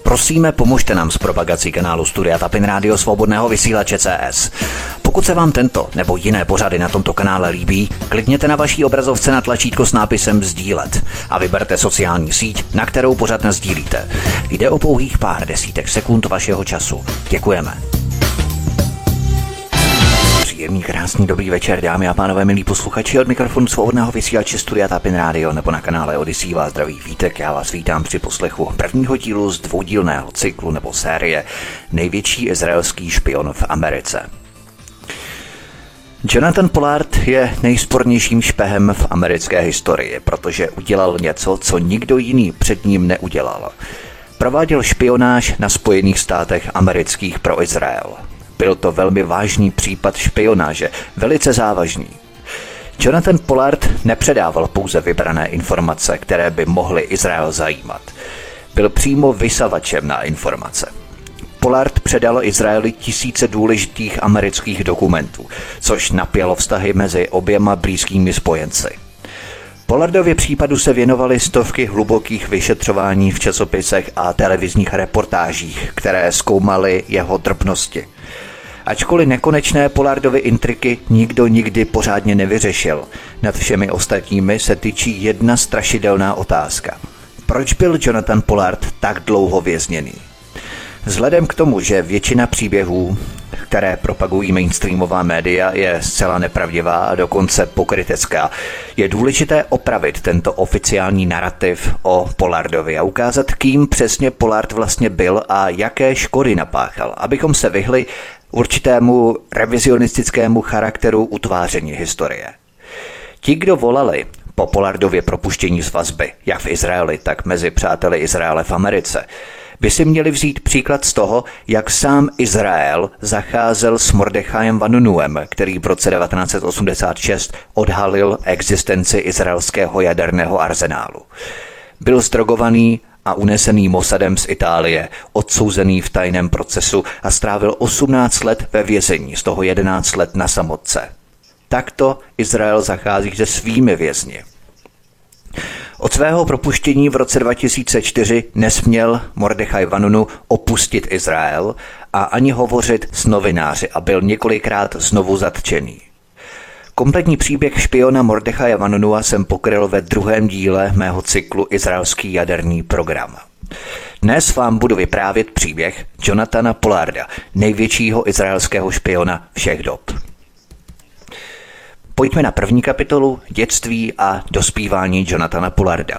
Prosíme, pomožte nám s propagací kanálu Studia Tapin Rádio Svobodného vysílače CS. Pokud se vám tento nebo jiné pořady na tomto kanále líbí, klikněte na vaší obrazovce na tlačítko s nápisem sdílet a vyberte sociální síť, na kterou pořad nasdílíte. Jde o pouhých pár desítek sekund vašeho času. Děkujeme. Příjemný, krásný, dobrý večer, dámy a pánové, milí posluchači, od mikrofonu Svobodného vysílače Studia Tapin Rádio nebo na kanále Odyssey vás zdraví Vítek. Já vás vítám při poslechu prvního dílu z dvoudílného cyklu nebo série Největší izraelský špion v Americe. Jonathan Pollard je nejspornějším špehem v americké historii, protože udělal něco, co nikdo jiný před ním neudělal. Prováděl špionáž na Spojených státech amerických pro Izrael. Byl to velmi vážný případ špionáže, velice závažný. Jonathan Pollard nepředával pouze vybrané informace, které by mohly Izrael zajímat. Byl přímo vysavačem na informace. Pollard předal Izraeli tisíce důležitých amerických dokumentů, což napělo vztahy mezi oběma blízkými spojenci. Pollardově případu se věnovaly stovky hlubokých vyšetřování v časopisech a televizních reportážích, které zkoumaly jeho drobnosti. Ačkoliv nekonečné Pollardovy intriky nikdo nikdy pořádně nevyřešil, nad všemi ostatními se tyčí jedna strašidelná otázka. Proč byl Jonathan Pollard tak dlouho vězněný? Vzhledem k tomu, že většina příběhů, které propagují mainstreamová média, je zcela nepravdivá a dokonce pokrytecká, je důležité opravit tento oficiální narrativ o Pollardovi a ukázat, kým přesně Pollard vlastně byl a jaké škody napáchal, abychom se vyhli určitému revizionistickému charakteru utváření historie. Ti, kdo volali po Pollardově propuštění z vazby, jak v Izraeli, tak mezi přáteli Izraele v Americe, by si měli vzít příklad z toho, jak sám Izrael zacházel s Mordechajem Vanunuem, který v roce 1986 odhalil existenci izraelského jaderného arzenálu. Byl zdrogovaný a unesený Mossadem z Itálie, odsouzený v tajném procesu a strávil 18 let ve vězení, z toho 11 let na samotce. Takto Izrael zachází se svými vězni. Od svého propuštění v roce 2004 nesměl Mordechaj Vanunu opustit Izrael a ani hovořit s novináři a byl několikrát znovu zatčený. Kompletní příběh špiona Mordechaje Vanunua jsem pokryl ve druhém díle mého cyklu Izraelský jaderný program. Dnes vám budu vyprávět příběh Jonathana Pollarda, největšího izraelského špiona všech dob. Pojďme na první kapitolu dětství a dospívání Jonathana Pollarda.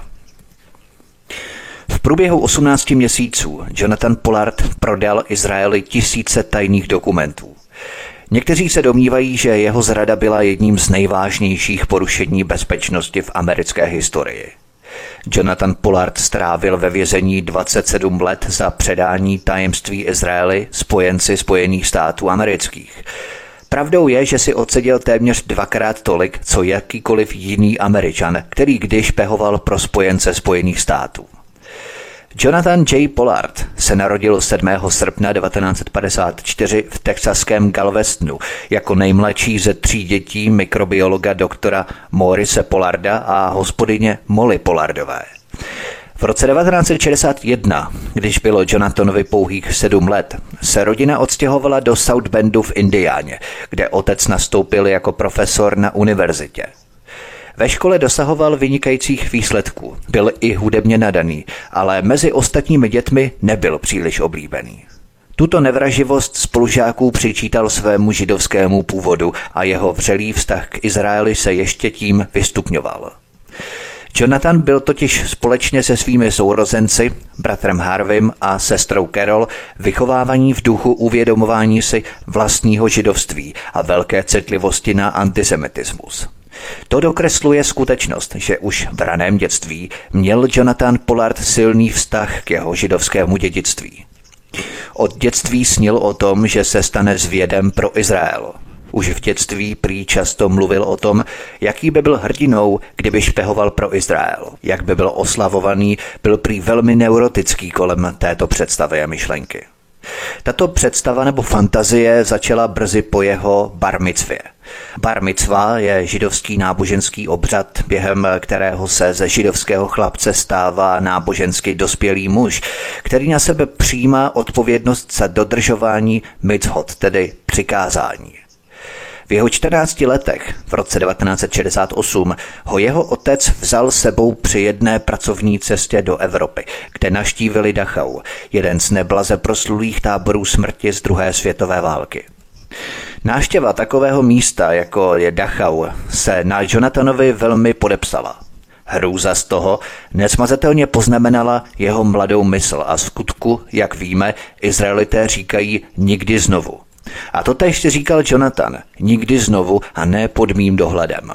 V průběhu 18 měsíců Jonathan Pollard prodal Izraeli tisíce tajných dokumentů. Někteří se domnívají, že jeho zrada byla jedním z nejvážnějších porušení bezpečnosti v americké historii. Jonathan Pollard strávil ve vězení 27 let za předání tajemství Izraeli spojenci Spojených států amerických. Pravdou je, že si odseděl téměř dvakrát tolik, co jakýkoliv jiný Američan, který kdy špehoval pro spojence Spojených států. Jonathan J. Pollard se narodil 7. srpna 1954 v texaském Galvestonu jako nejmladší ze 3 dětí mikrobiologa doktora Maurice Pollarda a hospodyně Molly Pollardové. V roce 1961, když bylo Jonathanovi pouhých 7 let, se rodina odstěhovala do South Bendu v Indiáně, kde otec nastoupil jako profesor na univerzitě. Ve škole dosahoval vynikajících výsledků, byl i hudebně nadaný, ale mezi ostatními dětmi nebyl příliš oblíbený. Tuto nevraživost spolužáků přičítal svému židovskému původu a jeho vřelý vztah k Izraeli se ještě tím vystupňoval. Jonathan byl totiž společně se svými sourozenci, bratrem Harvim a sestrou Carol, vychovávaní v duchu uvědomování si vlastního židovství a velké citlivosti na antisemitismus. To dokresluje skutečnost, že už v raném dětství měl Jonathan Pollard silný vztah k jeho židovskému dědictví. Od dětství snil o tom, že se stane zvědem pro Izrael. Už v dětství prý často mluvil o tom, jaký by byl hrdinou, kdyby špehoval pro Izrael. Jak by byl oslavovaný, byl prý velmi neurotický kolem této představy a myšlenky. Tato představa nebo fantazie začala brzy po jeho bar micvě. Bar micva je židovský náboženský obřad, během kterého se ze židovského chlapce stává nábožensky dospělý muž, který na sebe přijímá odpovědnost za dodržování mitzvot, tedy přikázání. V jeho 14 letech, v roce 1968, ho jeho otec vzal sebou při jedné pracovní cestě do Evropy, kde navštívili Dachau, jeden z neblaze proslulých táborů smrti z druhé světové války. Návštěva takového místa, jako je Dachau, se na Jonathanovi velmi podepsala. Hrůza z toho nesmazatelně poznamenala jeho mladou mysl a skutku, jak víme, Izraelité říkají nikdy znovu. A to též si říkal Jonathan, nikdy znovu a ne pod mým dohledem.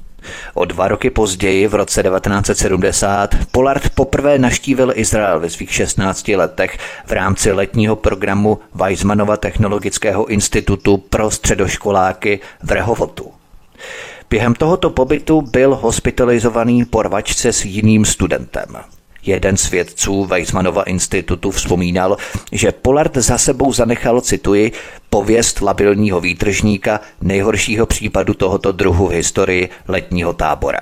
O 2 roky později, v roce 1970, Pollard poprvé navštívil Izrael ve svých 16 letech v rámci letního programu Weizmannova technologického institutu pro středoškoláky v Rehovotu. Během tohoto pobytu byl hospitalizovaný po rvačce s jiným studentem. Jeden z vědců Weizmannova institutu vzpomínal, že Pollard za sebou zanechal, cituji, pověst labilního výtržníka, nejhoršího případu tohoto druhu v historii letního tábora.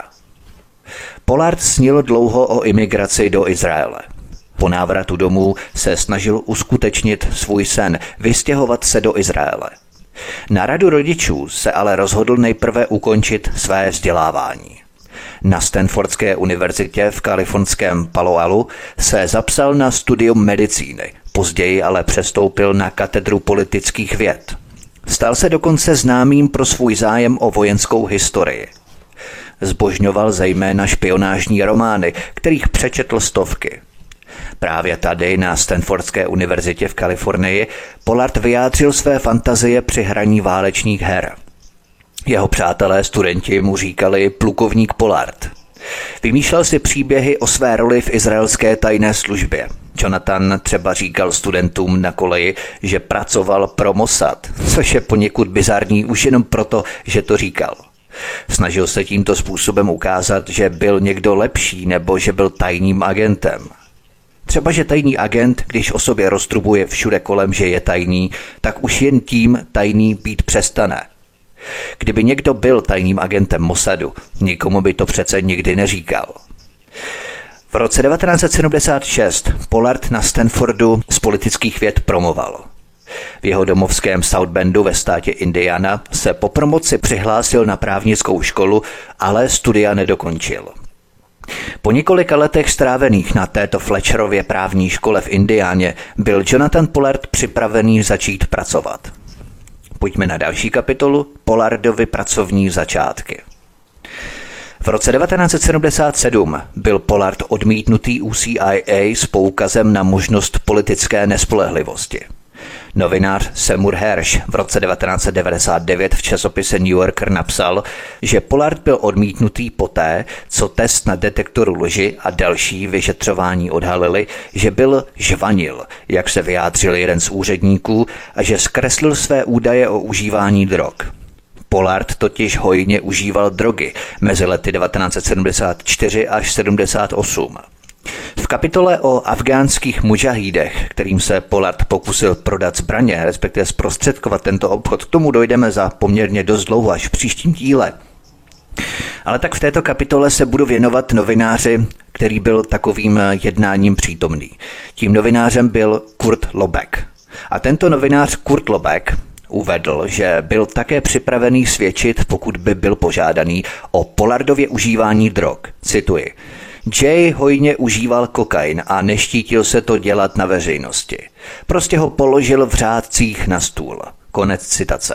Pollard snil dlouho o imigraci do Izraele. Po návratu domů se snažil uskutečnit svůj sen, vystěhovat se do Izraele. Na radu rodičů se ale rozhodl nejprve ukončit své vzdělávání. Na Stanfordské univerzitě v kalifornském Palo Alto se zapsal na studium medicíny, později ale přestoupil na katedru politických věd. Stal se dokonce známým pro svůj zájem o vojenskou historii. Zbožňoval zejména špionážní romány, kterých přečetl stovky. Právě tady na Stanfordské univerzitě v Kalifornii Pollard vyjádřil své fantazie při hraní válečných her. Jeho přátelé, studenti mu říkali plukovník Pollard. Vymýšlel si příběhy o své roli v izraelské tajné službě. Jonathan třeba říkal studentům na koleji, že pracoval pro Mossad, což je poněkud bizarní už jenom proto, že to říkal. Snažil se tímto způsobem ukázat, že byl někdo lepší nebo že byl tajným agentem. Třeba, že tajný agent, když o sobě roztrubuje všude kolem, že je tajný, tak už jen tím tajný být přestane. Kdyby někdo byl tajným agentem Mossadu, nikomu by to přece nikdy neříkal. V roce 1976 Pollard na Stanfordu z politických věd promoval. V jeho domovském South Bendu ve státě Indiana se po promoci přihlásil na právnickou školu, ale studia nedokončil. Po několika letech strávených na této Fletcherově právní škole v Indiáně byl Jonathan Pollard připravený začít pracovat. Pojďme na další kapitolu, Pollardovy pracovní začátky. V roce 1977 byl Pollard odmítnutý u CIA s poukazem na možnost politické nespolehlivosti. Novinář Seymour Hersh v roce 1999 v časopise New Yorker napsal, že Pollard byl odmítnutý poté, co test na detektoru lži a další vyšetřování odhalili, že byl žvanil, jak se vyjádřil jeden z úředníků, a že zkreslil své údaje o užívání drog. Pollard totiž hojně užíval drogy mezi lety 1974 až 78. V kapitole o afgánských mudžahídech, kterým se Pollard pokusil prodat zbraně, respektive zprostředkovat tento obchod, k tomu dojdeme za poměrně dost dlouho až v příštím díle. Ale tak v této kapitole se budu věnovat novináři, který byl takovým jednáním přítomný. Tím novinářem byl Kurt Lobeck. A tento novinář Kurt Lobeck uvedl, že byl také připravený svědčit, pokud by byl požádaný, o Pollardově užívání drog. Cituji. Jay hojně užíval kokain a neštítil se to dělat na veřejnosti. Prostě ho položil v řádcích na stůl. Konec citace.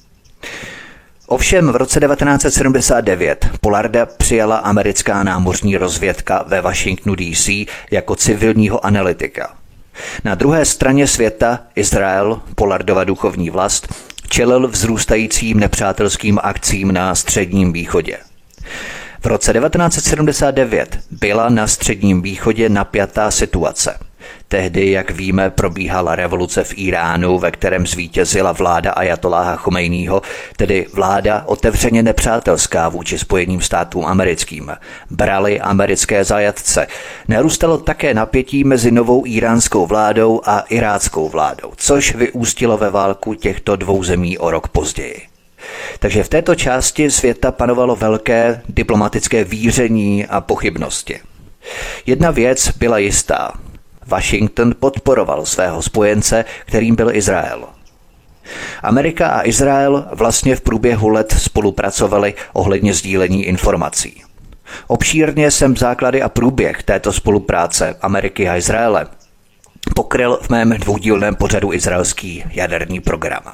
Ovšem v roce 1979 Pollarda přijala americká námořní rozvědka ve Washingtonu DC jako civilního analytika. Na druhé straně světa Izrael, Pollardova duchovní vlast, čelil vzrůstajícím nepřátelským akcím na Středním východě. V roce 1979 byla na Středním východě napjatá situace. Tehdy, jak víme, probíhala revoluce v Iránu, ve kterém zvítězila vláda ajatoláha Chomejního, tedy vláda otevřeně nepřátelská vůči Spojeným státům americkým. Brali americké zajatce. Narůstalo také napětí mezi novou iránskou vládou a iráckou vládou, což vyústilo ve válku těchto dvou zemí o rok později. Takže v této části světa panovalo velké diplomatické víření a pochybnosti. Jedna věc byla jistá. Washington podporoval svého spojence, kterým byl Izrael. Amerika a Izrael vlastně v průběhu let spolupracovali ohledně sdílení informací. Obšírně jsem základy a průběh této spolupráce Ameriky a Izraele pokryl v mém dvoudílném pořadu Izraelský jaderný program.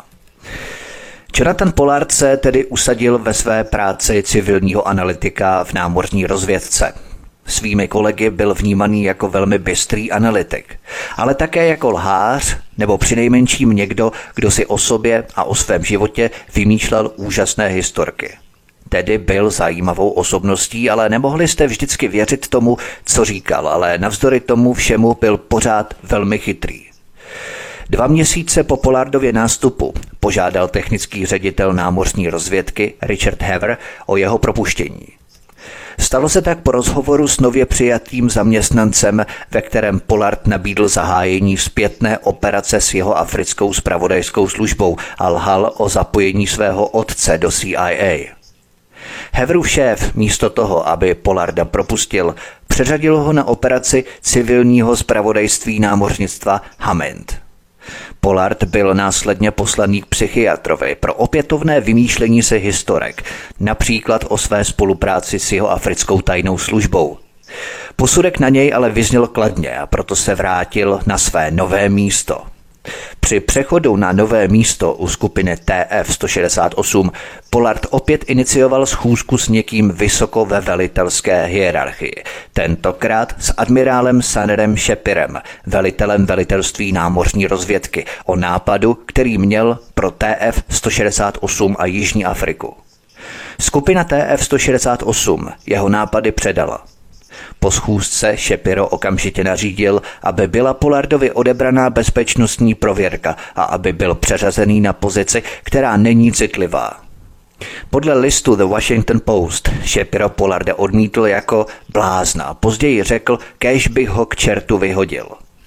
Jonathan Pollard se tedy usadil ve své práci civilního analytika v námořní rozvědce. Svými kolegy byl vnímaný jako velmi bystrý analytik, ale také jako lhář nebo přinejmenším někdo, kdo si o sobě a o svém životě vymýšlel úžasné historky. Tedy byl zajímavou osobností, ale nemohli jste vždycky věřit tomu, co říkal, ale navzdory tomu všemu byl pořád velmi chytrý. 2 měsíce po Pollardově nástupu požádal technický ředitel námořní rozvědky Richard Hoover o jeho propuštění. Stalo se tak po rozhovoru s nově přijatým zaměstnancem, ve kterém Pollard nabídl zahájení zpětné operace s jeho africkou zpravodajskou službou a lhal o zapojení svého otce do CIA. Hooverův šéf místo toho, aby Pollarda propustil, přeřadil ho na operaci civilního zpravodajství námořnictva Hammond. Pollard byl následně poslaný k psychiatrovi pro opětovné vymýšlení si historek, například o své spolupráci s jeho africkou tajnou službou. Posudek na něj ale vyzněl kladně a proto se vrátil na své nové místo. Při přechodu na nové místo u skupiny TF-168 Pollard opět inicioval schůzku s někým vysoko ve velitelské hierarchii, tentokrát s admirálem Sanerem Shapirem, velitelem velitelství námořní rozvědky, o nápadu, který měl pro TF-168 a Jižní Afriku. Skupina TF-168 jeho nápady předala. Po schůzce Shapiro okamžitě nařídil, aby byla Pollardovi odebraná bezpečnostní prověrka a aby byl přeřazený na pozici, která není citlivá. Podle listu The Washington Post Shapiro Pollarda odmítl jako blázna a později řekl, kéž bych ho k čertu vyhodil.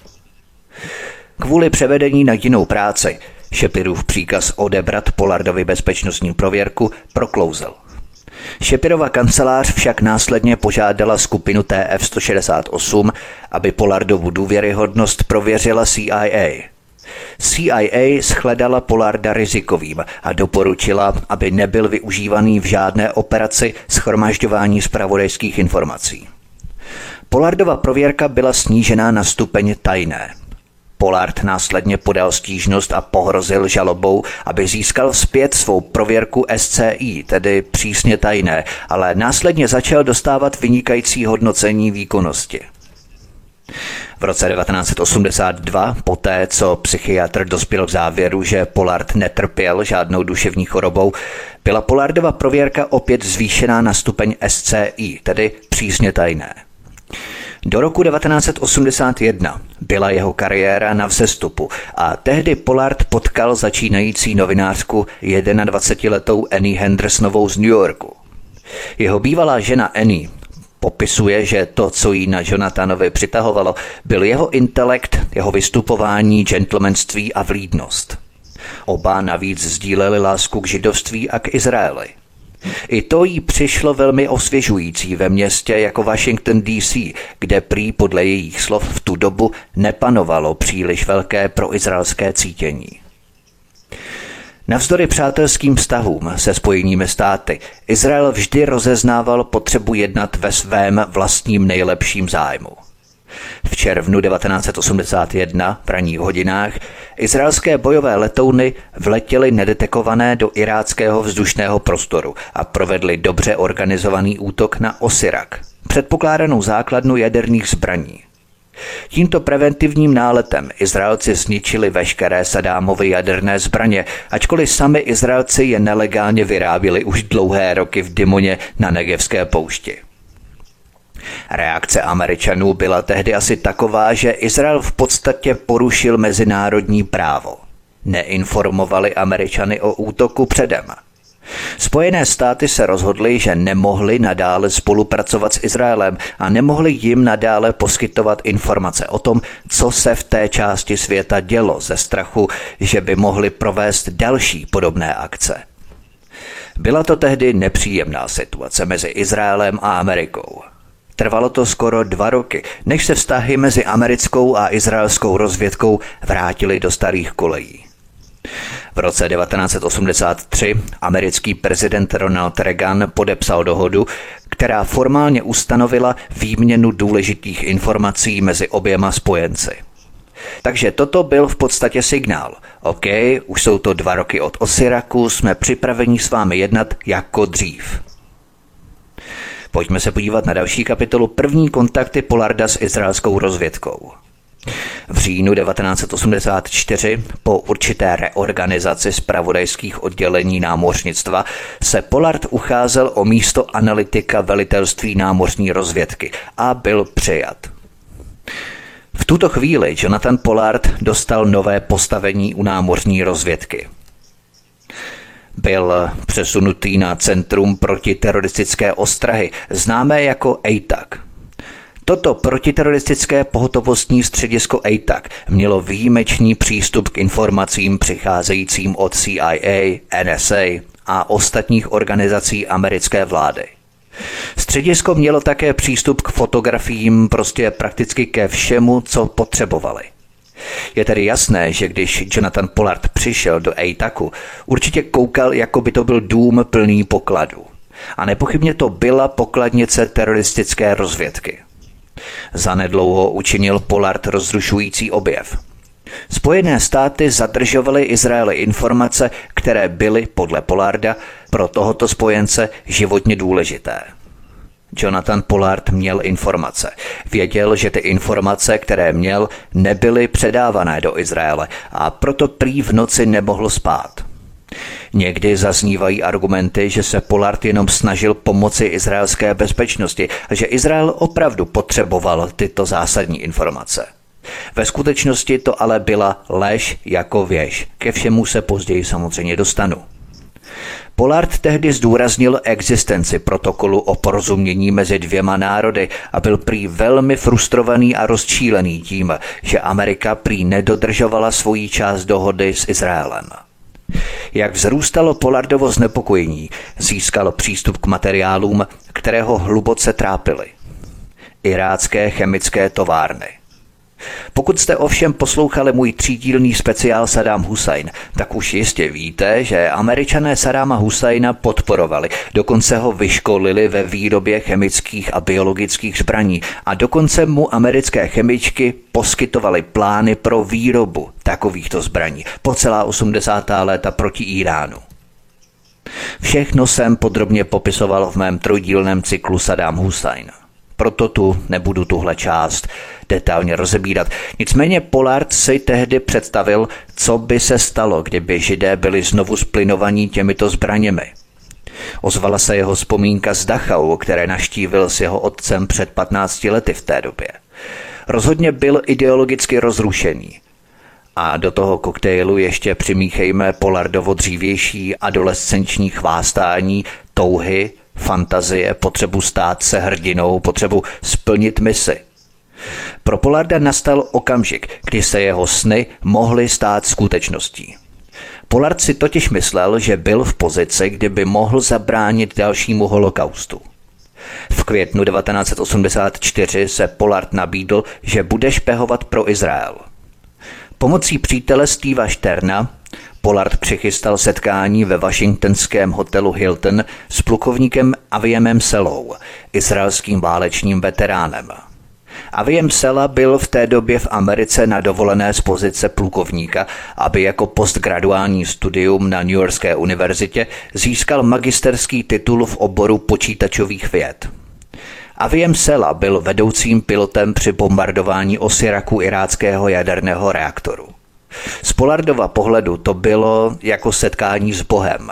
Kvůli převedení na jinou práci Shapirův příkaz odebrat Pollardovi bezpečnostní prověrku proklouzel. Shapirova kancelář však následně požádala skupinu TF-168, aby Pollardovu důvěryhodnost prověřila CIA. CIA shledala Pollarda rizikovým a doporučila, aby nebyl využívaný v žádné operaci shromažďování zpravodajských informací. Pollardova prověrka byla snížená na stupeň tajné. Pollard následně podal stížnost a pohrozil žalobou, aby získal zpět svou prověrku SCI, tedy přísně tajné, ale následně začal dostávat vynikající hodnocení výkonnosti. V roce 1982, poté co psychiatr dospěl k závěru, že Pollard netrpěl žádnou duševní chorobou, byla Pollardova prověrka opět zvýšená na stupeň SCI, tedy přísně tajné. Do roku 1981 byla jeho kariéra na vzestupu a tehdy Pollard potkal začínající novinářku 21letou Annie Hendersonovou z New Yorku. Jeho bývalá žena Annie popisuje, že to, co jí na Jonathanovi přitahovalo, byl jeho intelekt, jeho vystupování, gentlemanství a vlídnost. Oba navíc sdíleli lásku k židovství a k Izraeli. I to jí přišlo velmi osvěžující ve městě jako Washington D.C., kde prý podle jejich slov v tu dobu nepanovalo příliš velké proizraelské cítění. Navzdory přátelským vztahům se Spojenými státy, Izrael vždy rozeznával potřebu jednat ve svém vlastním nejlepším zájmu. V červnu 1981 v ranních hodinách izraelské bojové letouny vletěly nedetekované do iráckého vzdušného prostoru a provedly dobře organizovaný útok na Osirak, předpokládanou základnu jaderných zbraní. Tímto preventivním náletem Izraelci zničili veškeré Saddámovy jaderné zbraně, ačkoliv sami Izraelci je nelegálně vyráběli už dlouhé roky v Dimoně na Negevské poušti. Reakce Američanů byla tehdy asi taková, že Izrael v podstatě porušil mezinárodní právo. Neinformovali Američany o útoku předem. Spojené státy se rozhodly, že nemohli nadále spolupracovat s Izraelem a nemohli jim nadále poskytovat informace o tom, co se v té části světa dělo ze strachu, že by mohli provést další podobné akce. Byla to tehdy nepříjemná situace mezi Izraelem a Amerikou. Trvalo to skoro 2 roky, než se vztahy mezi americkou a izraelskou rozvědkou vrátily do starých kolejí. V roce 1983 americký prezident Ronald Reagan podepsal dohodu, která formálně ustanovila výměnu důležitých informací mezi oběma spojenci. Takže toto byl v podstatě signál. OK, už jsou to 2 roky od Osiraku, jsme připraveni s vámi jednat jako dřív. Pojďme se podívat na další kapitolu První kontakty Pollarda s izraelskou rozvědkou. V říjnu 1984 po určité reorganizaci zpravodajských oddělení námořnictva se Pollard ucházel o místo analytika velitelství námořní rozvědky a byl přijat. V tuto chvíli Jonathan Pollard dostal nové postavení u námořní rozvědky. Byl přesunutý na Centrum protiteroristické ostrahy, známé jako AITAC. Toto protiteroristické pohotovostní středisko AITAC mělo výjimečný přístup k informacím přicházejícím od CIA, NSA a ostatních organizací americké vlády. Středisko mělo také přístup k fotografiím, prostě prakticky ke všemu, co potřebovali. Je tedy jasné, že když Jonathan Pollard přišel do AITACu, určitě koukal, jako by to byl dům plný pokladů. A nepochybně to byla pokladnice teroristické rozvědky. Zanedlouho učinil Pollard rozrušující objev. Spojené státy zadržovaly Izraeli informace, které byly, podle Pollarda, pro tohoto spojence životně důležité. Jonathan Pollard měl informace. Věděl, že ty informace, které měl, nebyly předávané do Izraele a proto prý v noci nemohl spát. Někdy zaznívají argumenty, že se Pollard jenom snažil pomoci izraelské bezpečnosti a že Izrael opravdu potřeboval tyto zásadní informace. Ve skutečnosti to ale byla lež jako věž. Ke všemu se později samozřejmě dostanu. Pollard tehdy zdůraznil existenci protokolu o porozumění mezi 2 národy a byl prý velmi frustrovaný a rozčílený tím, že Amerika prý nedodržovala svoji část dohody s Izraelem. Jak vzrůstalo Pollardovo znepokojení, získal přístup k materiálům, které ho hluboce trápily. Irácké chemické továrny. Pokud jste ovšem poslouchali můj 3dílný speciál Saddam Hussein, tak už jistě víte, že Američané Saddama Husseina podporovali, dokonce ho vyškolili ve výrobě chemických a biologických zbraní a dokonce mu americké chemičky poskytovaly plány pro výrobu takovýchto zbraní po celá 80. léta proti Iránu. Všechno jsem podrobně popisoval v mém 3dílném cyklu Saddam Hussein. Proto tu nebudu tuhle část detailně rozebírat. Nicméně Pollard si tehdy představil, co by se stalo, kdyby Židé byli znovu splynovaní těmito zbraněmi. Ozvala se jeho vzpomínka z Dachau, které navštívil s jeho otcem před 15 lety v té době. Rozhodně byl ideologicky rozrušený. A do toho koktejlu ještě přimíchejme Pollardovo dřívější adolescenční chvástání, touhy, fantazie, potřebu stát se hrdinou, potřebu splnit misi. Pro Pollarda nastal okamžik, kdy se jeho sny mohly stát skutečností. Pollard si totiž myslel, že byl v pozici, kdy by mohl zabránit dalšímu holokaustu. V květnu 1984 se Pollard nabídl, že bude špehovat pro Izrael. Pomocí přítele Steva Sterna Pollard přichystal setkání ve washingtonském hotelu Hilton s plukovníkem Aviemem Sellou, izraelským válečným veteránem. Aviem Sella byl v té době v Americe na dovolené z pozice plukovníka, aby jako postgraduální studium na New Yorkské univerzitě získal magisterský titul v oboru počítačových věd. Aviem Sella byl vedoucím pilotem při bombardování Osiraku iráckého jaderného reaktoru. Z Pollardova pohledu to bylo jako setkání s Bohem.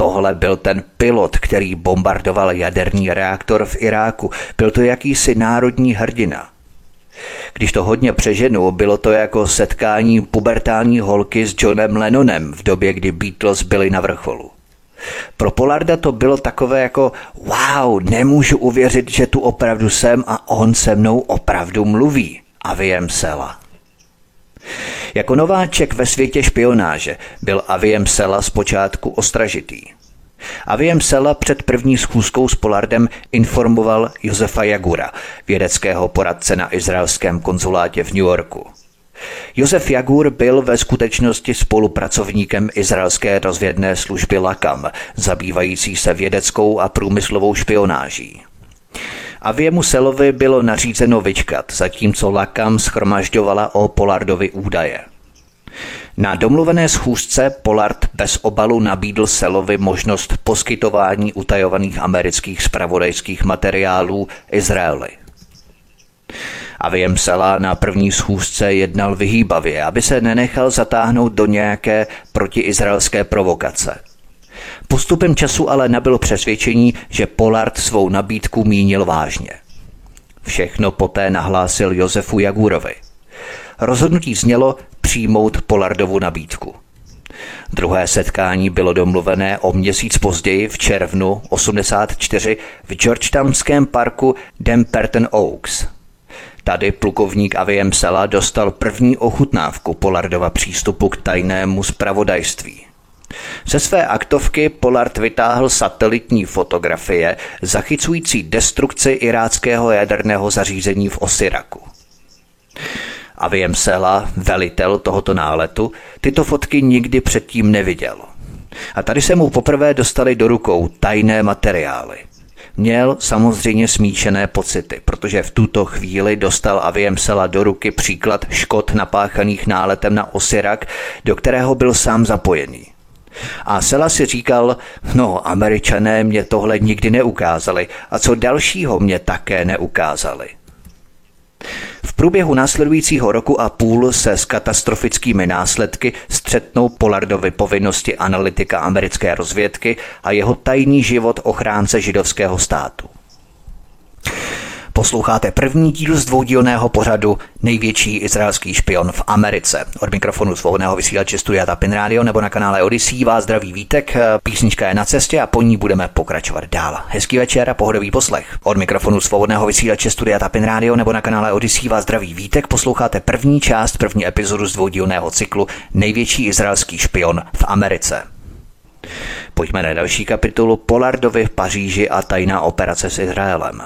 tohle byl ten pilot, který bombardoval jaderný reaktor v Iráku. Byl to jakýsi národní hrdina. Když to hodně přeženu, bylo to jako setkání pubertální holky s Johnem Lennonem v době, kdy Beatles byli na vrcholu. Pro Pollarda to bylo takové jako wow, nemůžu uvěřit, že tu opravdu jsem a on se mnou opravdu mluví. Aviem Sela. Jako nováček ve světě špionáže byl Aviem Sela zpočátku ostražitý. Aviem Sela před první schůzkou s Pollardem informoval Josefa Jagura, vědeckého poradce na izraelském konzulátě v New Yorku. Josef Jagur byl ve skutečnosti spolupracovníkem izraelské rozvědné služby LACAM, zabývající se vědeckou a průmyslovou špionáží. Aviemu Selovi bylo nařízeno vyčkat, zatímco LACAM shromažďovala o Pollardovi údaje. Na domluvené schůzce Pollard bez obalu nabídl Selovi možnost poskytování utajovaných amerických zpravodajských materiálů Izraeli. Aviem Sela na první schůzce jednal vyhýbavě, aby se nenechal zatáhnout do nějaké protiizraelské provokace. Postupem času ale nabyl přesvědčení, že Pollard svou nabídku mínil vážně. Všechno poté nahlásil Josefu Jagurovi. Rozhodnutí znělo přijmout Pollardovu nabídku. Druhé setkání bylo domluvené o měsíc později v červnu 1984 v Georgetownském parku Dumbarton Oaks. Tady plukovník Aviem Sela dostal první ochutnávku Pollardova přístupu k tajnému zpravodajství. Ze své aktovky Pollard vytáhl satelitní fotografie zachycující destrukci iráckého jaderného zařízení v Osiraku. Aviem Sela, velitel tohoto náletu, tyto fotky nikdy předtím neviděl. A tady se mu poprvé dostaly do rukou tajné materiály. Měl samozřejmě smíšené pocity, protože v tuto chvíli dostal Aviem Sela do ruky příklad škod napáchaných náletem na Osirak, do kterého byl sám zapojený. A Sela si říkal, Američané mě tohle nikdy neukázali a co dalšího mě také neukázali. V průběhu následujícího roku a půl se s katastrofickými následky střetnou Pollardovy povinnosti analytika americké rozvědky a jeho tajný život ochránce židovského státu. Posloucháte první díl z dvoudílného pořadu Největší izraelský špion v Americe. Od mikrofonu svobodného vysílače Studia Tapin Radio nebo na kanále Odyssey vás zdraví Vítek. Písnička je na cestě a po ní budeme pokračovat dál. Hezký večer a pohodový poslech. Od mikrofonu svobodného vysílače Studia Tapin Radio nebo na kanále Odyssey vás zdraví Vítek. Posloucháte první epizodu z dvoudílného cyklu Největší izraelský špion v Americe. Pojďme na další kapitolu Pollardovi v Paříži a tajná operace s Izraelem.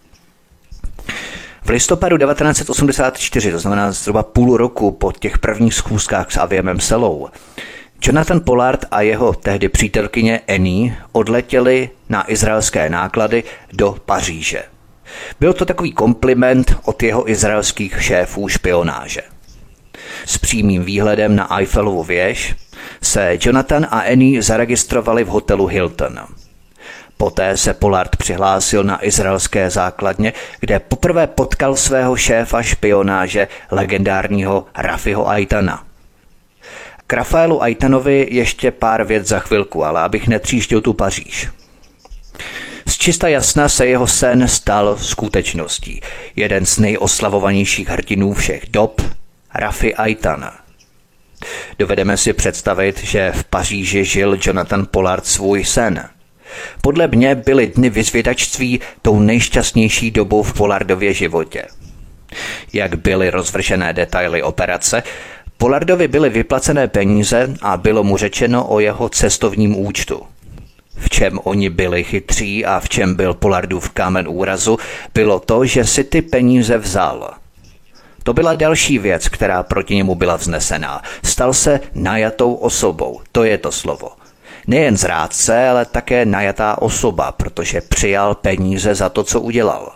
V listopadu 1984, to znamená zhruba půl roku po těch prvních schůzkách s Aviemem Selou, Jonathan Pollard a jeho tehdy přítelkyně Annie odletěli na izraelské náklady do Paříže. Byl to takový kompliment od jeho izraelských šéfů špionáže. S přímým výhledem na Eiffelovu věž se Jonathan a Annie zaregistrovali v hotelu Hilton. Poté se Pollard přihlásil na izraelské základně, kde poprvé potkal svého šéfa špionáže, legendárního Rafiho Aitana. K Rafaelu Aitanovi ještě pár vět za chvilku, ale abych netříštil tu Paříž. Z čista jasna se jeho sen stal skutečností. Jeden z nejoslavovanějších hrdinů všech dob, Rafi Aitan. Dovedeme si představit, že v Paříži žil Jonathan Pollard svůj sen. Podle mě byly dny vyzvědačství tou nejšťastnější dobou v Pollardově životě. Jak byly rozvržené detaily operace, Pollardovi byly vyplacené peníze a bylo mu řečeno o jeho cestovním účtu. V čem oni byli chytří a v čem byl Pollardův kámen úrazu, bylo to, že si ty peníze vzal. To byla další věc, která proti němu byla vznesená. Stal se najatou osobou, to je to slovo. Nejen zrádce, ale také najatá osoba, protože přijal peníze za to, co udělal.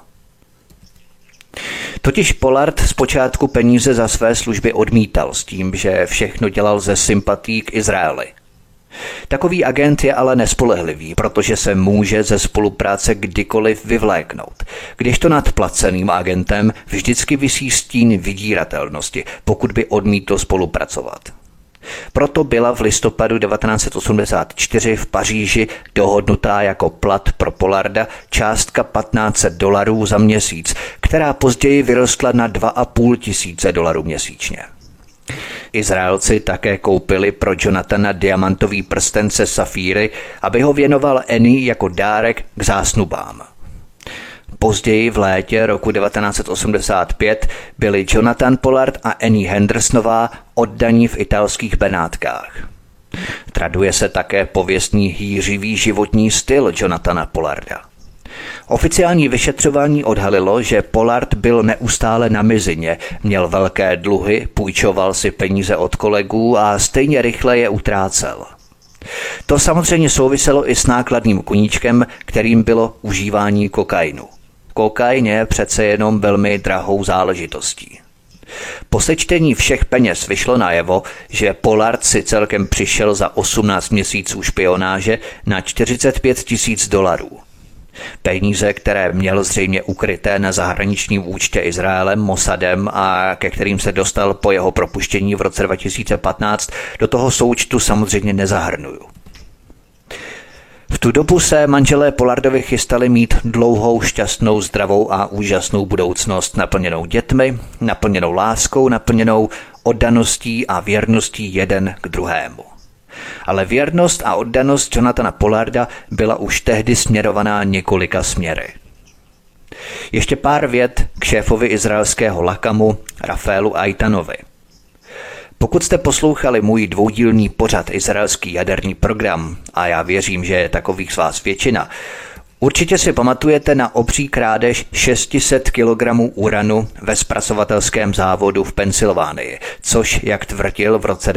Totiž Pollard zpočátku peníze za své služby odmítal s tím, že všechno dělal ze sympatí k Izraeli. Takový agent je ale nespolehlivý, protože se může ze spolupráce kdykoliv vyvléknout. Kdežto nad placeným agentem vždycky visí stín vydíratelnosti, pokud by odmítl spolupracovat. Proto byla v listopadu 1984 v Paříži dohodnutá jako plat pro Pollarda částka $1500 za měsíc, která později vyrostla na $2500 měsíčně. Izraelci také koupili pro Jonathana diamantový prsten se safíry, aby ho věnoval Annie jako dárek k zásnubám. Později v létě roku 1985 byli Jonathan Pollard a Annie Hendersonová oddaní v italských Benátkách. Traduje se také pověstný hýřivý životní styl Jonathana Pollarda. Oficiální vyšetřování odhalilo, že Pollard byl neustále na mizině, měl velké dluhy, půjčoval si peníze od kolegů a stejně rychle je utrácel. To samozřejmě souviselo i s nákladným koníčkem, kterým bylo užívání kokainu. Kokain je přece jenom velmi drahou záležitostí. Po sečtení všech peněz vyšlo najevo, že Pollard si celkem přišel za 18 měsíců špionáže na $45,000. Peníze, které měl zřejmě ukryté na zahraničním účtě Izraelem, Mossadem a ke kterým se dostal po jeho propuštění v roce 2015, do toho součtu samozřejmě nezahrnuju. V tu dobu se manželé Pollardovi chystali mít dlouhou, šťastnou, zdravou a úžasnou budoucnost naplněnou dětmi, naplněnou láskou, naplněnou oddaností a věrností jeden k druhému. Ale věrnost a oddanost Jonathana Pollarda byla už tehdy směrovaná několika směry. Ještě pár vět k šéfovi izraelského Lakamu Rafaelu Aitanovi. Pokud jste poslouchali můj dvoudílný pořad Izraelský jaderný program, a já věřím, že je takových z vás většina, určitě si pamatujete na obří krádež 600 kg uranu ve zpracovatelském závodu v Pensylvánii, což, jak tvrdil v roce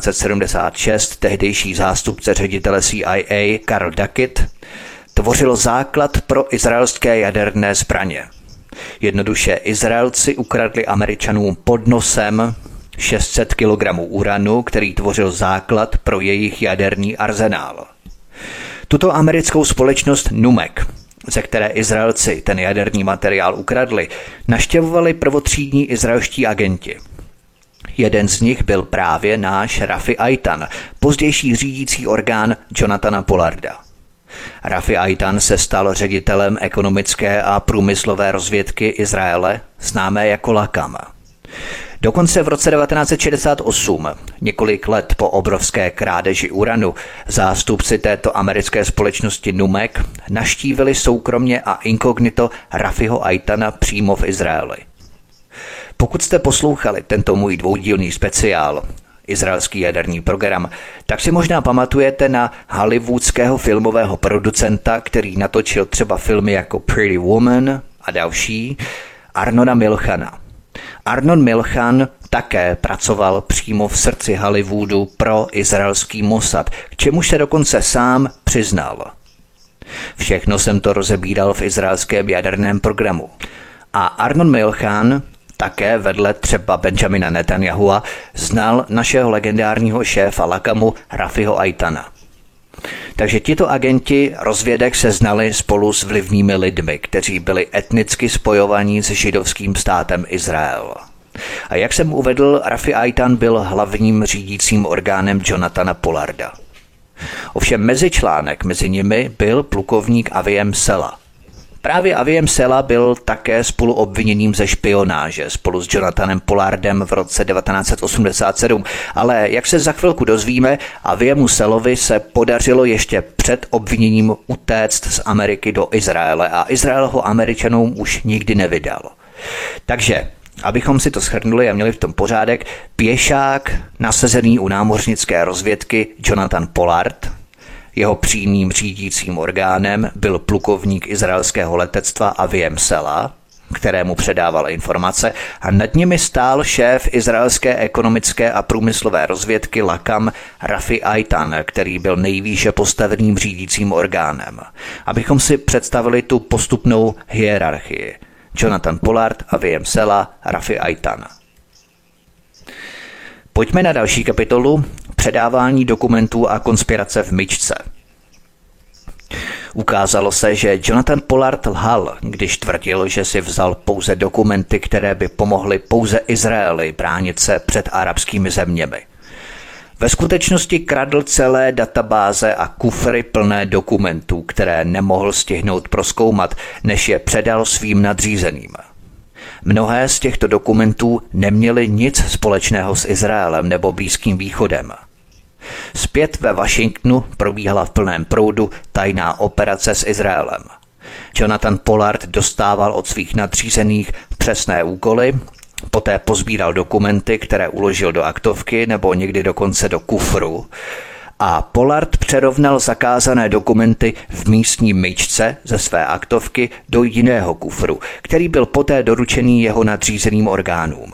1976 tehdejší zástupce ředitele CIA Karl Duckett, tvořilo základ pro izraelské jaderné zbraně. Jednoduše Izraelci ukradli Američanům pod nosem 600 kg uranu, který tvořil základ pro jejich jaderný arzenál. Tuto americkou společnost NUMEC, ze které Izraelci ten jaderný materiál ukradli, navštěvovali prvotřídní izraelští agenti. Jeden z nich byl právě náš Rafi Eitan, pozdější řídící orgán Jonathana Pollarda. Rafi Eitan se stal ředitelem ekonomické a průmyslové rozvědky Izraele, známé jako Lakam. Dokonce v roce 1968, několik let po obrovské krádeži uranu, zástupci této americké společnosti NUMEC navštívili soukromně a inkognito Rafiho Eitana přímo v Izraeli. Pokud jste poslouchali tento můj dvoudílný speciál, Izraelský jaderný program, tak si možná pamatujete na hollywoodského filmového producenta, který natočil třeba filmy jako Pretty Woman a další, Arnona Milchana. Arnon Milchan také pracoval přímo v srdci Hollywoodu pro izraelský Mossad, k čemuž se dokonce sám přiznal. Všechno jsem to rozebíral v izraelském jaderném programu. A Arnon Milchan také vedle třeba Benjamina Netanyahua znal našeho legendárního šéfa Lakamu Rafiho Eitana. Takže tito agenti rozvědek se znali spolu s vlivnými lidmi, kteří byli etnicky spojovaní s židovským státem Izrael. A jak jsem uvedl, Rafi Eitan byl hlavním řídícím orgánem Jonathana Pollarda. Ovšem mezičlánek mezi nimi byl plukovník Aviem Sela. Právě Aviem Sela byl také spoluobviněným ze špionáže spolu s Jonathanem Pollardem v roce 1987, ale jak se za chvilku dozvíme, Aviemu Selovi se podařilo ještě před obviněním utéct z Ameriky do Izraele a Izrael ho Američanům už nikdy nevydal. Takže, abychom si to shrnuli a měli v tom pořádek, pěšák nasazený u námořnické rozvědky Jonathan Pollard, jeho přímým řídícím orgánem byl plukovník izraelského letectva Aviem Sela, kterému předával informace, a nad nimi stál šéf izraelské ekonomické a průmyslové rozvědky Lakam Rafi Eitan, který byl nejvýše postaveným řídícím orgánem. Abychom si představili tu postupnou hierarchii. Jonathan Pollard, Aviem Sela, Rafi Eitan. Pojďme na další kapitolu. Předávání dokumentů a konspirace v myčce. Ukázalo se, že Jonathan Pollard lhal, když tvrdil, že si vzal pouze dokumenty, které by pomohly pouze Izraeli bránit se před arabskými zeměmi. Ve skutečnosti kradl celé databáze a kufry plné dokumentů, které nemohl stihnout prozkoumat, než je předal svým nadřízeným. Mnohé z těchto dokumentů neměly nic společného s Izraelem nebo Blízkým východem. Zpět ve Washingtonu probíhala v plném proudu tajná operace s Izraelem. Jonathan Pollard dostával od svých nadřízených přesné úkoly, poté pozbíral dokumenty, které uložil do aktovky nebo někdy dokonce do kufru, a Pollard přerovnal zakázané dokumenty v místní myčce ze své aktovky do jiného kufru, který byl poté doručený jeho nadřízeným orgánům.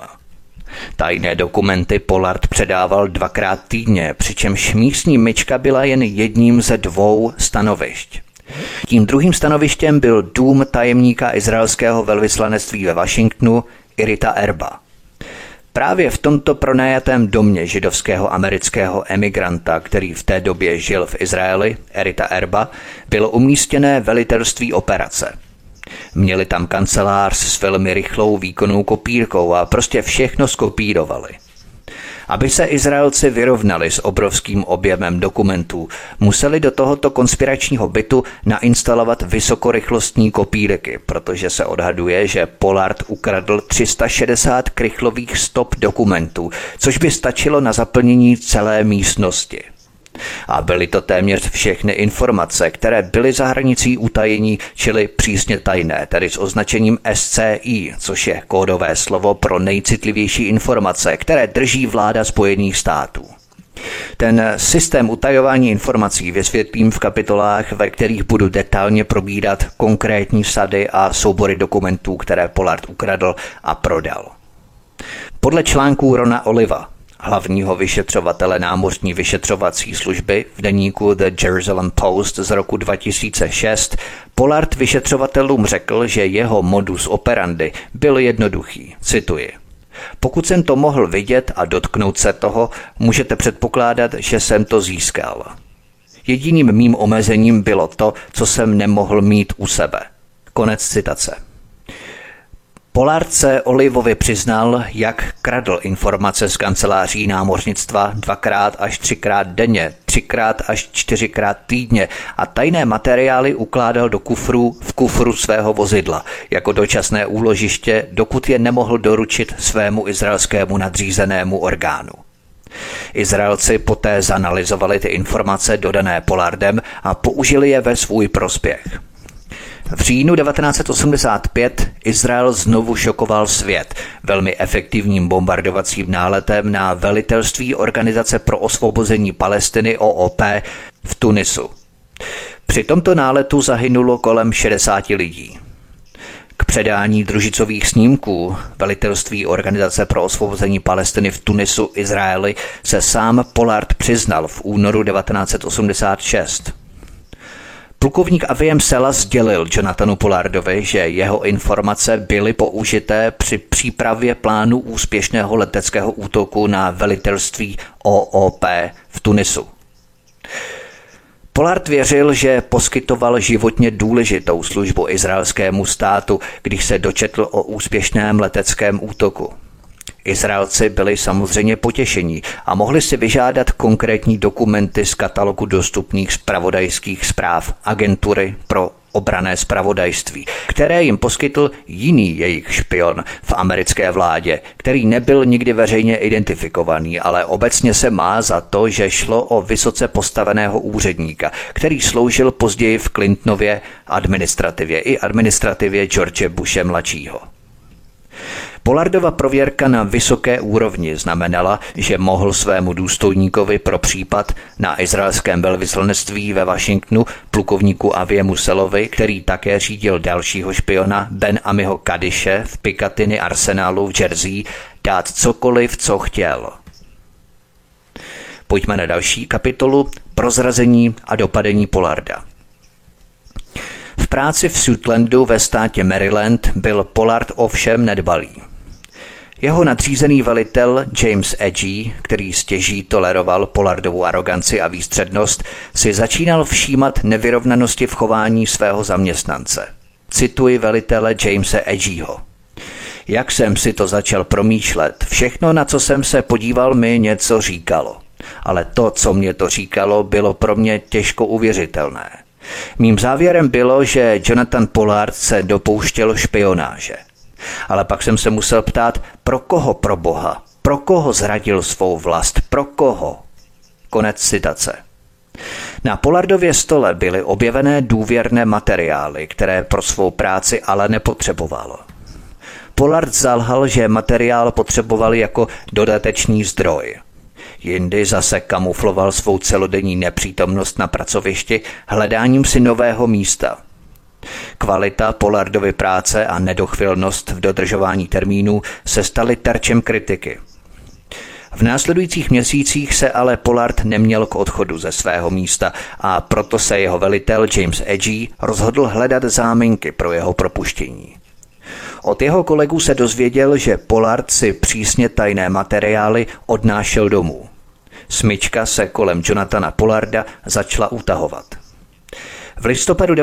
Tajné dokumenty Pollard předával 2krát týdně, přičemž místní myčka byla jen jedním ze 2 stanovišť. Tím druhým stanovištěm byl dům tajemníka izraelského velvyslanectví ve Washingtonu Irita Erba. Právě v tomto pronajatém domě židovského amerického emigranta, který v té době žil v Izraeli, Irita Erba, bylo umístěné velitelství operace. Měli tam kancelář s velmi rychlou výkonnou kopírkou a prostě všechno skopírovali. Aby se Izraelci vyrovnali s obrovským objemem dokumentů, museli do tohoto konspiračního bytu nainstalovat vysokorychlostní kopírky, protože se odhaduje, že Pollard ukradl 360 krychlových stop dokumentů, což by stačilo na zaplnění celé místnosti. A byly to téměř všechny informace, které byly za hranicí utajení, čili přísně tajné, tedy s označením SCI, což je kódové slovo pro nejcitlivější informace, které drží vláda Spojených států. Ten systém utajování informací vysvětlím v kapitolách, ve kterých budu detailně probírat konkrétní sady a soubory dokumentů, které Pollard ukradl a prodal. Podle článků Rona Oliva, hlavního vyšetřovatele námořní vyšetřovací služby v deníku The Jerusalem Post z roku 2006, Pollard vyšetřovatelům řekl, že jeho modus operandi byl jednoduchý. Cituji. Pokud jsem to mohl vidět a dotknout se toho, můžete předpokládat, že jsem to získal. Jediným mým omezením bylo to, co jsem nemohl mít u sebe. Konec citace. Pollard se Olivovi přiznal, jak kradl informace z kanceláří námořnictva 2x až 3x denně, 3x až 4x týdně a tajné materiály ukládal do kufrů v kufru svého vozidla, jako dočasné úložiště, dokud je nemohl doručit svému izraelskému nadřízenému orgánu. Izraelci poté zanalyzovali ty informace dodané Pollardem a použili je ve svůj prospěch. V říjnu 1985 Izrael znovu šokoval svět velmi efektivním bombardovacím náletem na velitelství Organizace pro osvobození Palestiny OOP v Tunisu. Při tomto náletu zahynulo kolem 60 lidí. K předání družicových snímků velitelství Organizace pro osvobození Palestiny v Tunisu Izraeli se sám Pollard přiznal v únoru 1986. Plukovník Aviem Sela sdělil Jonathanu Pollardovi, že jeho informace byly použité při přípravě plánu úspěšného leteckého útoku na velitelství OOP v Tunisu. Pollard věřil, že poskytoval životně důležitou službu izraelskému státu, když se dočetl o úspěšném leteckém útoku. Izraelci byli samozřejmě potěšení a mohli si vyžádat konkrétní dokumenty z katalogu dostupných zpravodajských zpráv agentury pro obranné zpravodajství, které jim poskytl jiný jejich špion v americké vládě, který nebyl nikdy veřejně identifikovaný, ale obecně se má za to, že šlo o vysoce postaveného úředníka, který sloužil později v Clintonově administrativě i administrativě George Bushe mladšího. Pollardova prověrka na vysoké úrovni znamenala, že mohl svému důstojníkovi pro případ na izraelském velvyslanectví ve Washingtonu, plukovníku Aviemu Selovi, který také řídil dalšího špiona Ben Amiho Kadiše v Piccadilly Arsenalu v Jersey, dát cokoliv, co chtěl. Pojďme na další kapitolu Prozrazení a dopadení Pollarda. V práci v Suitlandu ve státě Maryland byl Pollard ovšem nedbalý. Jeho nadřízený velitel James Agee, který stěží toleroval Pollardovu aroganci a výstřednost, si začínal všímat nevyrovnanosti v chování svého zaměstnance. Cituji velitele Jamese Ageeho. Jak jsem si to začal promýšlet, všechno, na co jsem se podíval, mi něco říkalo. Ale to, co mě to říkalo, bylo pro mě těžko uvěřitelné. Mým závěrem bylo, že Jonathan Pollard se dopouštěl špionáže. Ale pak jsem se musel ptát, pro koho pro Boha? Pro koho zradil svou vlast? Pro koho? Konec citace. Na Pollardově stole byly objevené důvěrné materiály, které pro svou práci ale nepotřeboval. Pollard zalhal, že materiál potřeboval jako dodatečný zdroj. Jindy zase kamufloval svou celodenní nepřítomnost na pracovišti hledáním si nového místa. Kvalita Pollardovy práce a nedochvilnost v dodržování termínů se staly terčem kritiky. V následujících měsících se ale Pollard neměl k odchodu ze svého místa a proto se jeho velitel James Agee rozhodl hledat záminky pro jeho propuštění. Od jeho kolegů se dozvěděl, že Pollard si přísně tajné materiály odnášel domů. Smyčka se kolem Jonathana Pollarda začala utahovat. V listopadu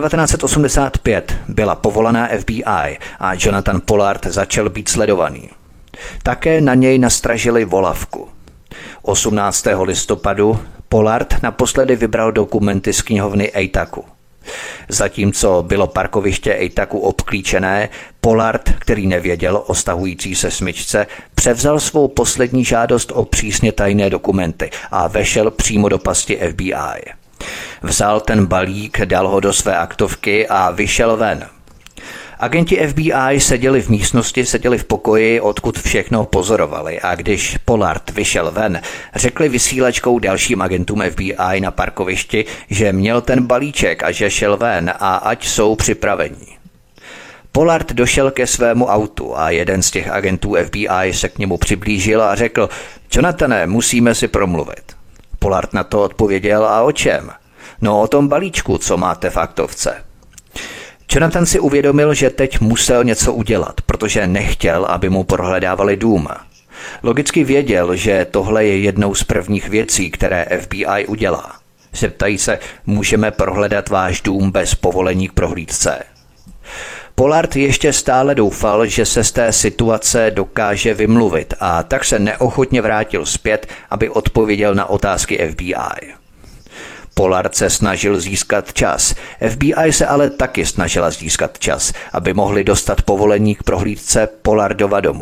1985 byla povolaná FBI a Jonathan Pollard začal být sledovaný. Také na něj nastražili volavku. 18. listopadu Pollard naposledy vybral dokumenty z knihovny Eitaku. Zatímco bylo parkoviště Eitaku obklíčené, Pollard, který nevěděl o stahující se smyčce, převzal svou poslední žádost o přísně tajné dokumenty a vešel přímo do pasti FBI. Vzal ten balík, dal ho do své aktovky a vyšel ven. Agenti FBI seděli v místnosti, seděli v pokoji, odkud všechno pozorovali, a když Pollard vyšel ven, řekli vysílačkou dalším agentům FBI na parkovišti, že měl ten balíček a že šel ven a ať jsou připraveni. Pollard došel ke svému autu a jeden z těch agentů FBI se k němu přiblížil a řekl: Jonathane, musíme si promluvit. Pollard na to odpověděl: a o čem? No, o tom balíčku, co máte v aktovce. Jonathan si uvědomil, že teď musel něco udělat, protože nechtěl, aby mu prohledávali dům. Logicky věděl, že tohle je jednou z prvních věcí, které FBI udělá. Zeptají se: můžeme prohledat váš dům bez povolení k prohlídce? Pollard ještě stále doufal, že se z té situace dokáže vymluvit, a tak se neochotně vrátil zpět, aby odpověděl na otázky FBI. Pollard se snažil získat čas. FBI se ale taky snažila získat čas, aby mohli dostat povolení k prohlídce Pollardova domu.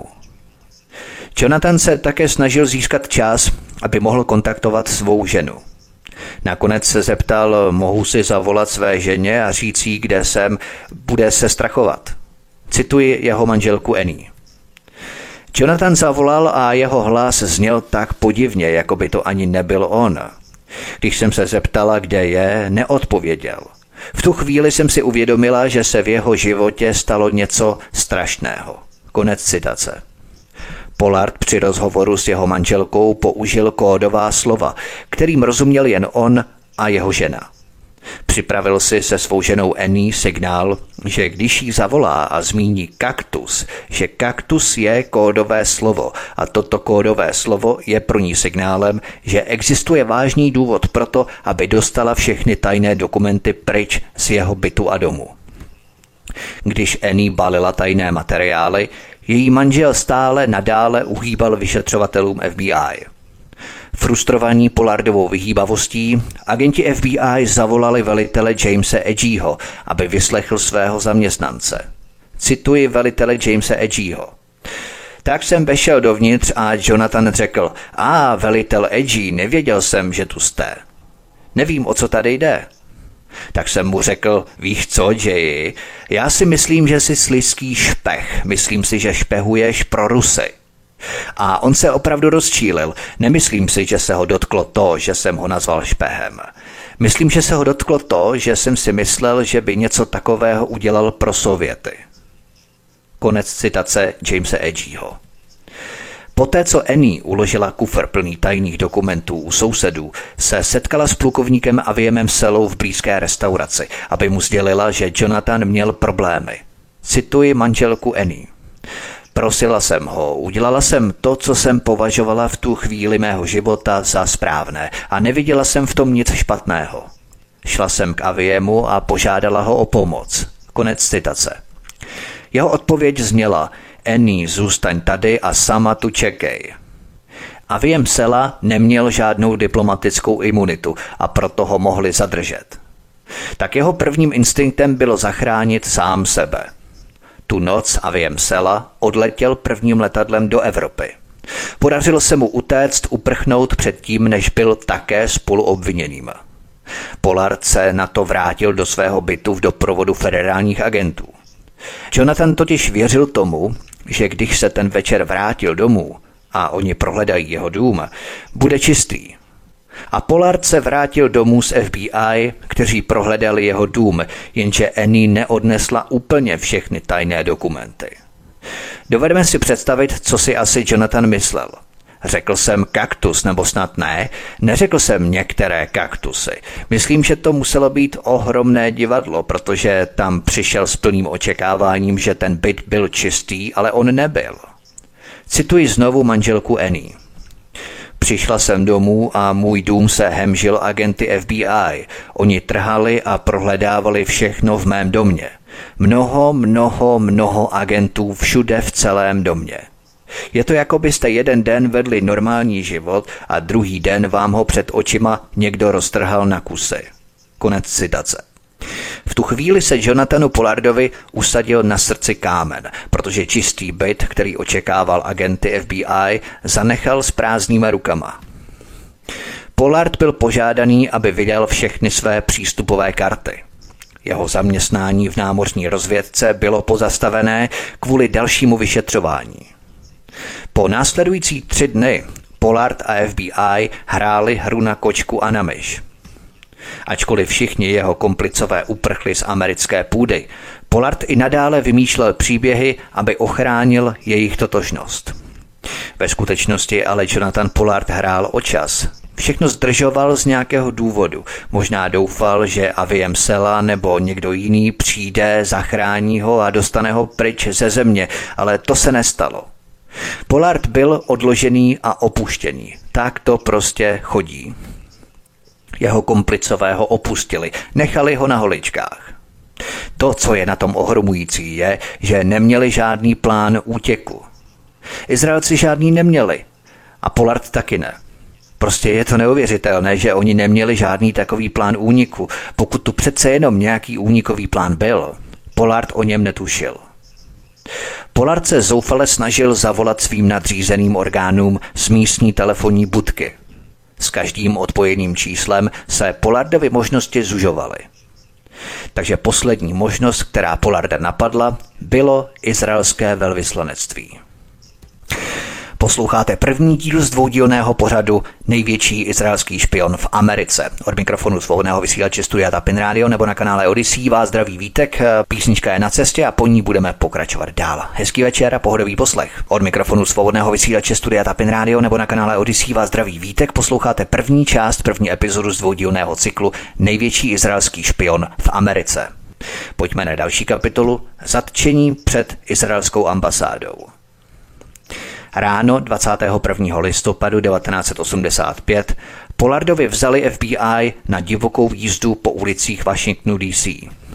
Jonathan se také snažil získat čas, aby mohl kontaktovat svou ženu. Nakonec se zeptal: mohu si zavolat své ženě a říct jí, kde jsem, bude se strachovat. Cituji jeho manželku Annie. Jonathan zavolal a jeho hlas zněl tak podivně, jako by to ani nebyl on. Když jsem se zeptala, kde je, neodpověděl. V tu chvíli jsem si uvědomila, že se v jeho životě stalo něco strašného. Konec citace. Pollard při rozhovoru s jeho manželkou použil kódová slova, kterým rozuměl jen on a jeho žena. Připravil si se svou ženou Annie signál, že když jí zavolá a zmíní kaktus, že kaktus je kódové slovo a toto kódové slovo je pro ní signálem, že existuje vážný důvod pro to, aby dostala všechny tajné dokumenty pryč z jeho bytu a domu. Když Annie balila tajné materiály, její manžel stále nadále uhýbal vyšetřovatelům FBI. Frustrovaní Pollardovou vyhýbavostí, agenti FBI zavolali velitele Jamese Ageeho, aby vyslechl svého zaměstnance. Cituji velitele Jamese Ageeho. Tak jsem vešel dovnitř a Jonathan řekl: velitel Agee, nevěděl jsem, že tu jste. Nevím, o co tady jde. Tak jsem mu řekl: víš co, Jay, já si myslím, že jsi slizký špech. Myslím si, že špehuješ pro Rusy. A on se opravdu rozčílil. Nemyslím si, že se ho dotklo to, že jsem ho nazval špehem. Myslím, že se ho dotklo to, že jsem si myslel, že by něco takového udělal pro Sověty. Konec citace Jamese Ageeho. Poté, co Annie uložila kufr plný tajných dokumentů u sousedů, se setkala s plukovníkem Aviemem Sellou v blízké restauraci, aby mu sdělila, že Jonathan měl problémy. Cituji manželku Annie. Prosila jsem ho, udělala jsem to, co jsem považovala v tu chvíli mého života za správné a neviděla jsem v tom nic špatného. Šla jsem k Aviemu a požádala ho o pomoc. Konec citace. Jeho odpověď zněla: Annie, zůstaň tady a sama tu čekej. Aviem Sela neměl žádnou diplomatickou imunitu a proto ho mohli zadržet. Tak jeho prvním instinktem bylo zachránit sám sebe. Tu noc Aviem Sela odletěl prvním letadlem do Evropy. Podařilo se mu utéct, uprchnout předtím, než byl také spoluobviněným. Pollard se na to vrátil do svého bytu v doprovodu federálních agentů. Jonathan totiž věřil tomu, že když se ten večer vrátil domů a oni prohledají jeho dům, bude čistý. A Pollard se vrátil domů z FBI, kteří prohledali jeho dům, jenže Annie neodnesla úplně všechny tajné dokumenty. Dovedeme si představit, co si asi Jonathan myslel. Řekl jsem kaktus, nebo snad ne? Neřekl jsem některé kaktusy. Myslím, že to muselo být ohromné divadlo, protože tam přišel s plným očekáváním, že ten byt byl čistý, ale on nebyl. Cituji znovu manželku Annie. Přišla jsem domů a můj dům se hemžil agenty FBI. Oni trhali a prohledávali všechno v mém domě. Mnoho agentů všude v celém domě. Je to, jako byste jeden den vedli normální život a druhý den vám ho před očima někdo roztrhal na kusy. Konec citace. V tu chvíli se Jonathanu Pollardovi usadil na srdci kámen, protože čistý byt, který očekával agenty FBI, zanechal s prázdnýma rukama. Pollard byl požádaný, aby vydal všechny své přístupové karty. Jeho zaměstnání v námořní rozvědce bylo pozastavené kvůli dalšímu vyšetřování. Po následující 3 dny Pollard a FBI hráli hru na kočku a na myš. Ačkoliv všichni jeho komplicové uprchli z americké půdy, Pollard i nadále vymýšlel příběhy, aby ochránil jejich totožnost. Ve skutečnosti ale Jonathan Pollard hrál o čas. Všechno zdržoval z nějakého důvodu. Možná doufal, že Aviem Sela nebo někdo jiný přijde, zachrání ho a dostane ho pryč ze země, ale to se nestalo. Pollard byl odložený a opuštěný. Tak to prostě chodí. Jeho komplicové ho opustili, nechali ho na holičkách. To, co je na tom ohromující, je, že neměli žádný plán útěku. Izraelci žádný neměli a Pollard taky ne. Prostě je to neuvěřitelné, že oni neměli žádný takový plán úniku. Pokud tu přece jenom nějaký únikový plán byl, Pollard o něm netušil. Pollard se zoufale snažil zavolat svým nadřízeným orgánům z místní telefonní budky. S každým odpojeným číslem se Pollardovy možnosti zužovaly. Takže poslední možnost, která Pollarda napadla, bylo izraelské velvyslanectví. Posloucháte první díl z dvoudílného pořadu Největší izraelský špion v Americe. Od mikrofonu svobodného vysílače Studia Tapin Radio nebo na kanále Odyssey vás zdraví Vítek. Písnička je na cestě a po ní budeme pokračovat dál. Hezký večer a pohodový poslech. Od mikrofonu svobodného vysílače Studia Tapin Radio nebo na kanále Odyssey vás zdraví Vítek. Posloucháte první epizodu z dvoudílného cyklu Největší izraelský špion v Americe. Pojďme na další kapitolu Zatčení před izraelskou ambasádou. Ráno 21. listopadu 1985 Pollardovi vzali FBI na divokou jízdu po ulicích Washingtonu DC.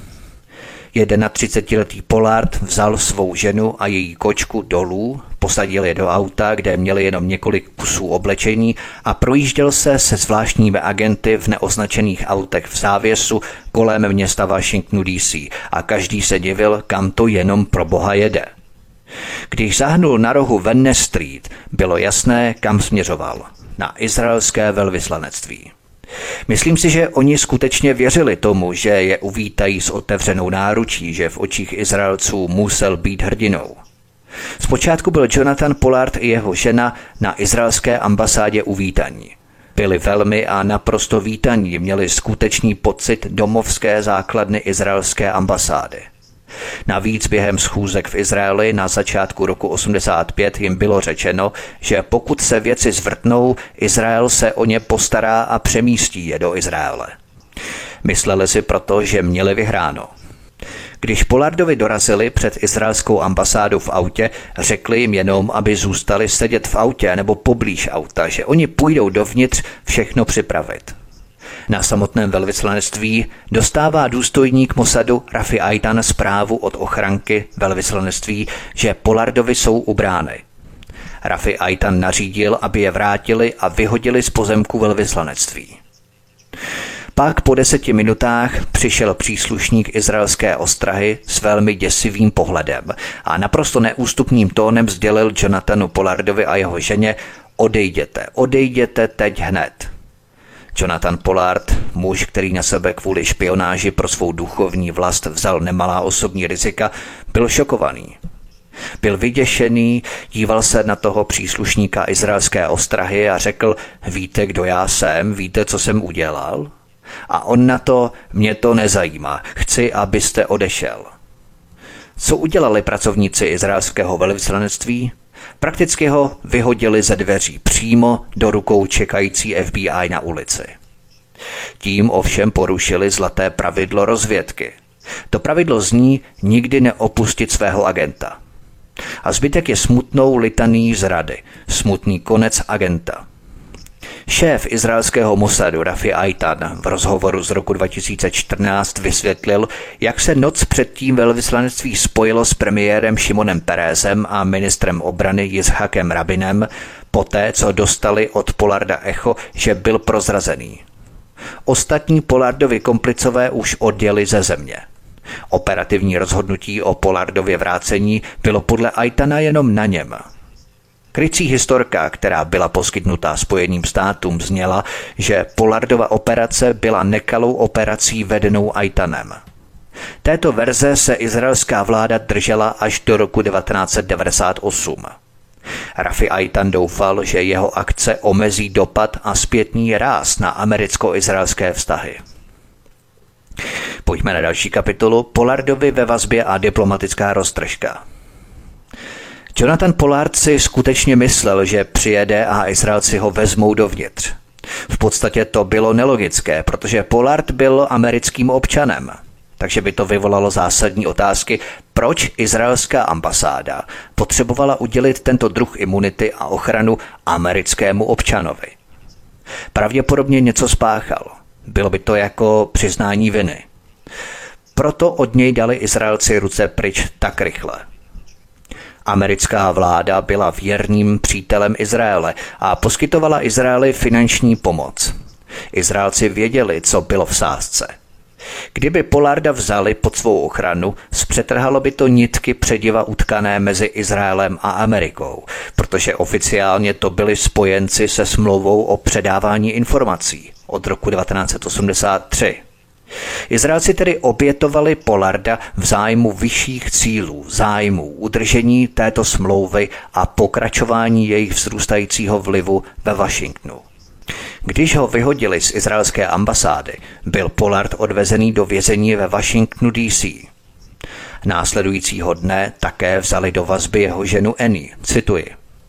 31letý Pollard vzal svou ženu a její kočku dolů, posadil je do auta, kde měli jenom několik kusů oblečení a projížděl se zvláštními agenty v neoznačených autech v závěsu kolem města Washingtonu DC a každý se divil, kam to jenom pro boha jede. Když zahnul na rohu Venne Street, bylo jasné, kam směřoval. Na izraelské velvyslanectví. Myslím si, že oni skutečně věřili tomu, že je uvítají s otevřenou náručí, že v očích Izraelců musel být hrdinou. Zpočátku byl Jonathan Pollard i jeho žena na izraelské ambasádě uvítaní. Byli velmi a naprosto vítaní, měli skutečný pocit domovské základny izraelské ambasády. Navíc během schůzek v Izraeli na začátku roku 85 jim bylo řečeno, že pokud se věci zvrtnou, Izrael se o ně postará a přemístí je do Izraele. Mysleli si proto, že měli vyhráno. Když Pollardovi dorazili před izraelskou ambasádou v autě, řekli jim jenom, aby zůstali sedět v autě nebo poblíž auta, že oni půjdou dovnitř všechno připravit. Na samotném velvyslanectví dostává důstojník Mossadu Rafi Eitan zprávu od ochranky velvyslanectví, že Pollardovi jsou u brány. Rafi Eitan nařídil, aby je vrátili a vyhodili z pozemku velvyslanectví. Pak po 10 minutách přišel příslušník izraelské ostrahy s velmi děsivým pohledem a naprosto neústupným tónem sdělil Jonathanu Pollardovi a jeho ženě: odejděte teď hned. Jonathan Pollard, muž, který na sebe kvůli špionáži pro svou duchovní vlast vzal nemalá osobní rizika, byl šokovaný. Byl vyděšený, díval se na toho příslušníka izraelské ostrahy a řekl: víte, kdo já jsem, víte, co jsem udělal? A on na to: mě to nezajímá, chci, abyste odešel. Co udělali pracovníci izraelského velvyslanectví? Prakticky ho vyhodili ze dveří přímo do rukou čekající FBI na ulici. Tím ovšem porušili zlaté pravidlo rozvědky. To pravidlo zní: nikdy neopustit svého agenta. A zbytek je smutnou litanií zrady, smutný konec agenta. Šéf izraelského Mossadu Rafi Eitan v rozhovoru z roku 2014 vysvětlil, jak se noc předtím velvyslanectví spojilo s premiérem Šimonem Perézem a ministrem obrany Jizhakem Rabinem poté, co dostali od Pollarda echo, že byl prozrazený. Ostatní Pollardovi komplicové už odjeli ze země. Operativní rozhodnutí o Pollardově vrácení bylo podle Eitana jenom na něm. Krycí historka, která byla poskytnutá Spojeným státům, zněla, že Pollardova operace byla nekalou operací vedenou Eitanem. Této verze se izraelská vláda držela až do roku 1998. Rafi Eitan doufal, že jeho akce omezí dopad a zpětný ráz na americko-izraelské vztahy. Pojďme na další kapitolu: Pollardovi ve vazbě a diplomatická roztržka. Jonathan Pollard si skutečně myslel, že přijede a Izraelci ho vezmou dovnitř. V podstatě to bylo nelogické, protože Pollard byl americkým občanem, takže by to vyvolalo zásadní otázky, proč izraelská ambasáda potřebovala udělit tento druh imunity a ochranu americkému občanovi. Pravděpodobně něco spáchal. Bylo by to jako přiznání viny. Proto od něj dali Izraelci ruce pryč tak rychle. Americká vláda byla věrným přítelem Izraele a poskytovala Izraeli finanční pomoc. Izraelci věděli, co bylo v sázce. Kdyby Pollarda vzali pod svou ochranu, zpřetrhalo by to nitky přediva utkané mezi Izraelem a Amerikou, protože oficiálně to byli spojenci se smlouvou o předávání informací od roku 1983. Izraelci tedy obětovali Pollarda v zájmu vyšších cílů, zájmu udržení této smlouvy a pokračování jejich vzrůstajícího vlivu ve Washingtonu. Když ho vyhodili z izraelské ambasády, byl Pollard odvezený do vězení ve Washingtonu DC. Následujícího dne také vzali do vazby jeho ženu Annie, cituji: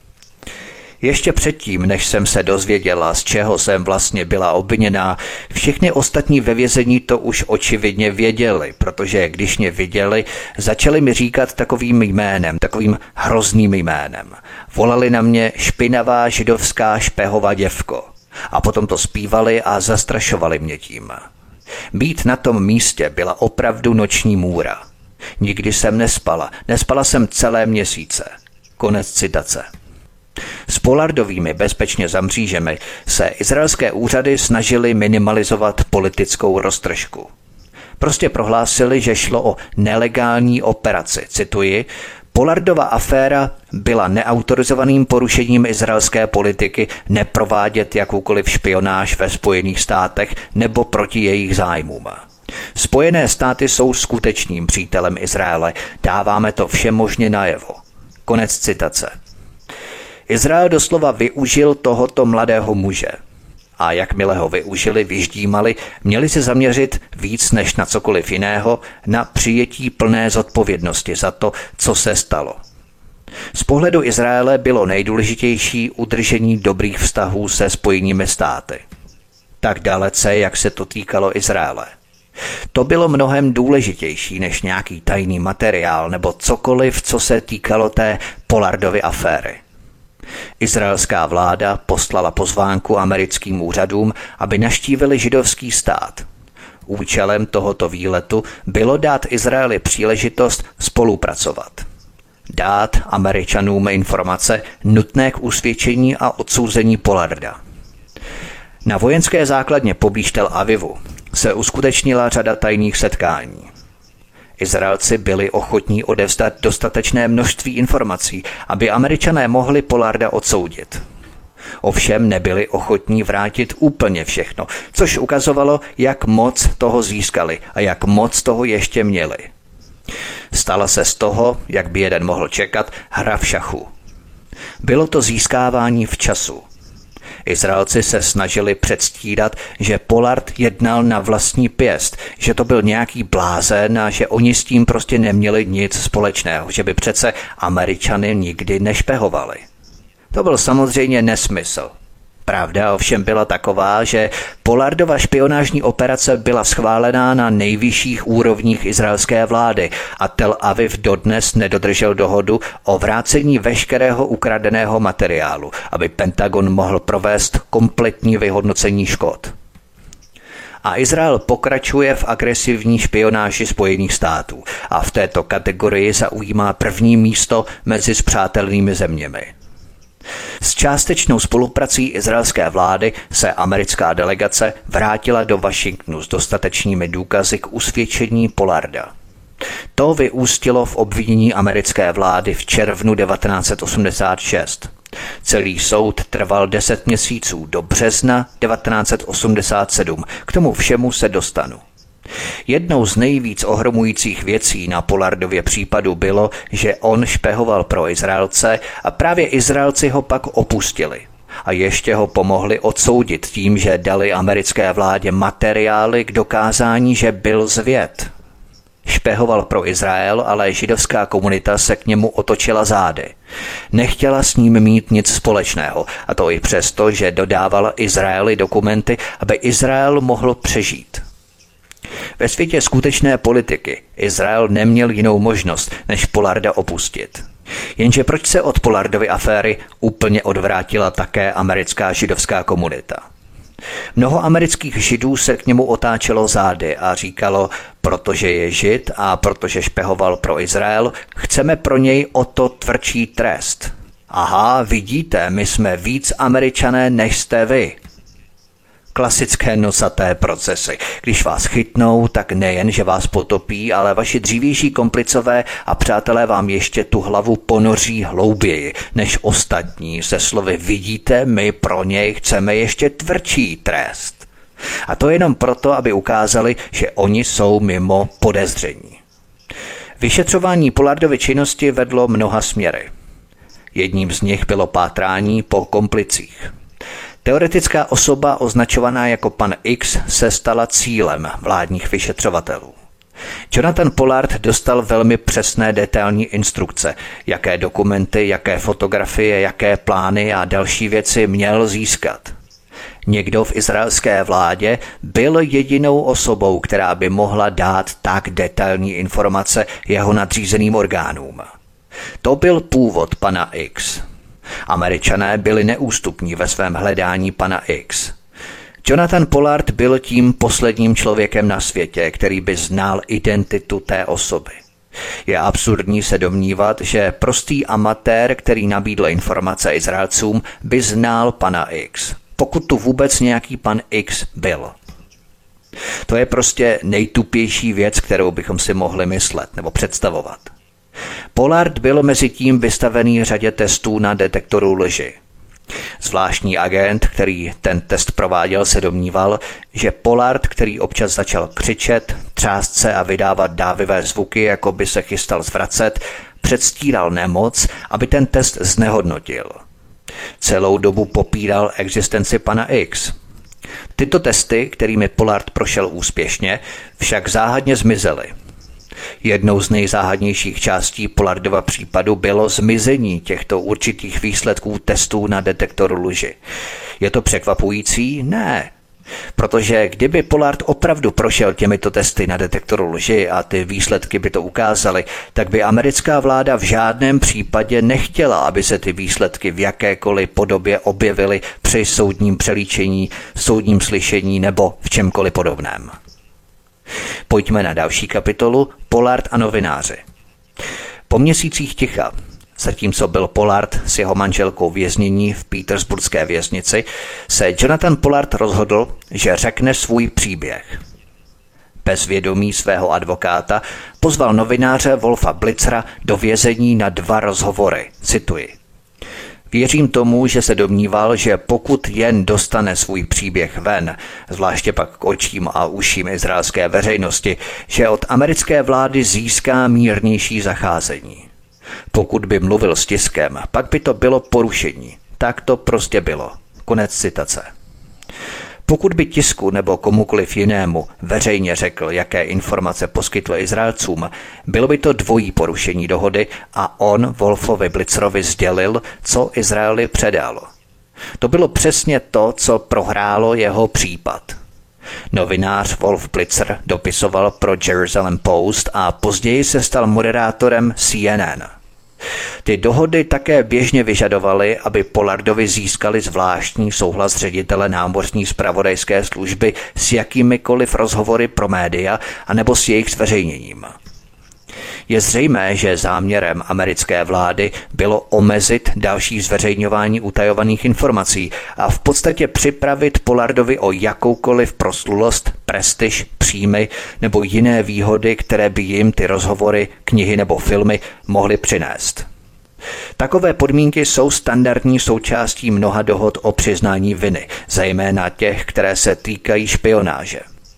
ještě předtím, než jsem se dozvěděla, z čeho jsem vlastně byla obviněná, všichni ostatní ve vězení to už očividně věděli, protože když mě viděli, začali mi říkat takovým jménem, takovým hrozným jménem. Volali na mě špinavá židovská špehová děvko. A potom to zpívali a zastrašovali mě tím. Být na tom místě byla opravdu noční můra. Nikdy jsem nespala jsem celé měsíce. Konec citace. S Pollardovými bezpečně za mřížemi se izraelské úřady snažily minimalizovat politickou roztržku. Prostě prohlásili, že šlo o nelegální operaci. Cituji: Pollardova aféra byla neautorizovaným porušením izraelské politiky neprovádět jakoukoliv špionáž ve Spojených státech nebo proti jejich zájmům. Spojené státy jsou skutečným přítelem Izraele, dáváme to všemožně najevo. Konec citace. Izrael doslova využil tohoto mladého muže. A jakmile ho využili, vyždímali, měli se zaměřit víc než na cokoliv jiného na přijetí plné zodpovědnosti za to, co se stalo. Z pohledu Izraele bylo nejdůležitější udržení dobrých vztahů se Spojenými státy. Tak dalece, jak se to týkalo Izraele. To bylo mnohem důležitější než nějaký tajný materiál nebo cokoliv, co se týkalo té Pollardovy aféry. Izraelská vláda poslala pozvánku americkým úřadům, aby navštívili židovský stát. Účelem tohoto výletu bylo dát Izraeli příležitost spolupracovat. Dát Američanům informace nutné k usvědčení a odsouzení Pollarda. Na vojenské základně poblíž Tel Avivu se uskutečnila řada tajných setkání. Izraelci byli ochotní odevzdat dostatečné množství informací, aby Američané mohli Polarda odsoudit. Ovšem nebyli ochotní vrátit úplně všechno, což ukazovalo, jak moc toho získali a jak moc toho ještě měli. Stala se z toho, jak by jeden mohl čekat, hra v šachu. Bylo to získávání v času. Izraelci se snažili předstírat, že Pollard jednal na vlastní pěst, že to byl nějaký blázen a že oni s tím prostě neměli nic společného, že by přece Američany nikdy nešpehovali. To byl samozřejmě nesmysl. Pravda ovšem byla taková, že Pollardova špionážní operace byla schválená na nejvyšších úrovních izraelské vlády a Tel Aviv dodnes nedodržel dohodu o vrácení veškerého ukradeného materiálu, aby Pentagon mohl provést kompletní vyhodnocení škod. A Izrael pokračuje v agresivní špionáži Spojených států a v této kategorii zaujímá první místo mezi spřátelnými zeměmi. S částečnou spoluprací izraelské vlády se americká delegace vrátila do Washingtonu s dostatečnými důkazy k usvědčení Pollarda. To vyústilo v obvinění americké vlády v červnu 1986. Celý soud trval 10 měsíců do března 1987. K tomu všemu se dostanu. Jednou z nejvíc ohromujících věcí na Pollardově případu bylo, že on špehoval pro Izraelce a právě Izraelci ho pak opustili. A ještě ho pomohli odsoudit tím, že dali americké vládě materiály k dokázání, že byl zvěd. Špehoval pro Izrael, ale židovská komunita se k němu otočila zády. Nechtěla s ním mít nic společného, a to i přesto, že dodával Izraeli dokumenty, aby Izrael mohl přežít. Ve světě skutečné politiky Izrael neměl jinou možnost, než Pollarda opustit. Jenže proč se od Pollardovy aféry úplně odvrátila také americká židovská komunita? Mnoho amerických židů se k němu otáčelo zády a říkalo, protože je žid a protože špehoval pro Izrael, chceme pro něj o to tvrdší trest. Aha, vidíte, my jsme víc Američané, než jste vy. Klasické nosaté procesy. Když vás chytnou, tak nejen, že vás potopí, ale vaši dřívější komplicové a přátelé vám ještě tu hlavu ponoří hlouběji než ostatní. Se slovy vidíte, my pro něj chceme ještě tvrdší trest. A to jenom proto, aby ukázali, že oni jsou mimo podezření. Vyšetřování Pollardovy činnosti vedlo mnoha směry. Jedním z nich bylo pátrání po komplicích. Teoretická osoba označovaná jako pan X se stala cílem vládních vyšetřovatelů. Jonathan Pollard dostal velmi přesné detailní instrukce, jaké dokumenty, jaké fotografie, jaké plány a další věci měl získat. Někdo v izraelské vládě byl jedinou osobou, která by mohla dát tak detailní informace jeho nadřízeným orgánům. To byl původ pana X. Američané byli neústupní ve svém hledání pana X. Jonathan Pollard byl tím posledním člověkem na světě, který by znal identitu té osoby. Je absurdní se domnívat, že prostý amatér, který nabídl informace Izraelcům, by znal pana X, pokud tu vůbec nějaký pan X byl. To je prostě nejtupější věc, kterou bychom si mohli myslet nebo představovat. Pollard byl mezi tím vystavený řadě testů na detektoru lži. Zvláštní agent, který ten test prováděl, se domníval, že Pollard, který občas začal křičet, třást se a vydávat dávivé zvuky, jako by se chystal zvracet, předstíral nemoc, aby ten test znehodnotil. Celou dobu popíral existenci pana X. Tyto testy, kterými Pollard prošel úspěšně, však záhadně zmizely. Jednou z nejzáhadnějších částí Pollardova případu bylo zmizení těchto určitých výsledků testů na detektoru lži. Je to překvapující? Ne. Protože kdyby Pollard opravdu prošel těmito testy na detektoru lži a ty výsledky by to ukázaly, tak by americká vláda v žádném případě nechtěla, aby se ty výsledky v jakékoliv podobě objevily při soudním přelíčení, soudním slyšení nebo v čemkoliv podobném. Pojďme na další kapitolu Pollard a novináři. Po měsících ticha, zatímco byl Pollard s jeho manželkou věznění v Petersburské věznici, se Jonathan Pollard rozhodl, že řekne svůj příběh. Bez vědomí svého advokáta pozval novináře Wolfa Blitzera do vězení na 2 rozhovory. Cituji. Věřím tomu, že se domníval, že pokud jen dostane svůj příběh ven, zvláště pak k očím a uším izraelské veřejnosti, že od americké vlády získá mírnější zacházení. Pokud by mluvil s tiskem, pak by to bylo porušení. Tak to prostě bylo. Konec citace. Pokud by tisku nebo komukoliv jinému veřejně řekl, jaké informace poskytl Izraelcům, bylo by to dvojí porušení dohody a on Wolfovi Blitzerovi sdělil, co Izraeli předal. To bylo přesně to, co prohrálo jeho případ. Novinář Wolf Blitzer dopisoval pro Jerusalem Post a později se stal moderátorem CNN. Ty dohody také běžně vyžadovaly, aby Pollardovi získali zvláštní souhlas ředitele námořní zpravodajské služby s jakýmikoliv rozhovory pro média anebo s jejich zveřejněním. Je zřejmé, že záměrem americké vlády bylo omezit další zveřejňování utajovaných informací a v podstatě připravit Pollardovi o jakoukoliv proslulost, prestiž, příjmy nebo jiné výhody, které by jim ty rozhovory, knihy nebo filmy mohly přinést. Takové podmínky jsou standardní součástí mnoha dohod o přiznání viny, zejména těch, které se týkají špionáže.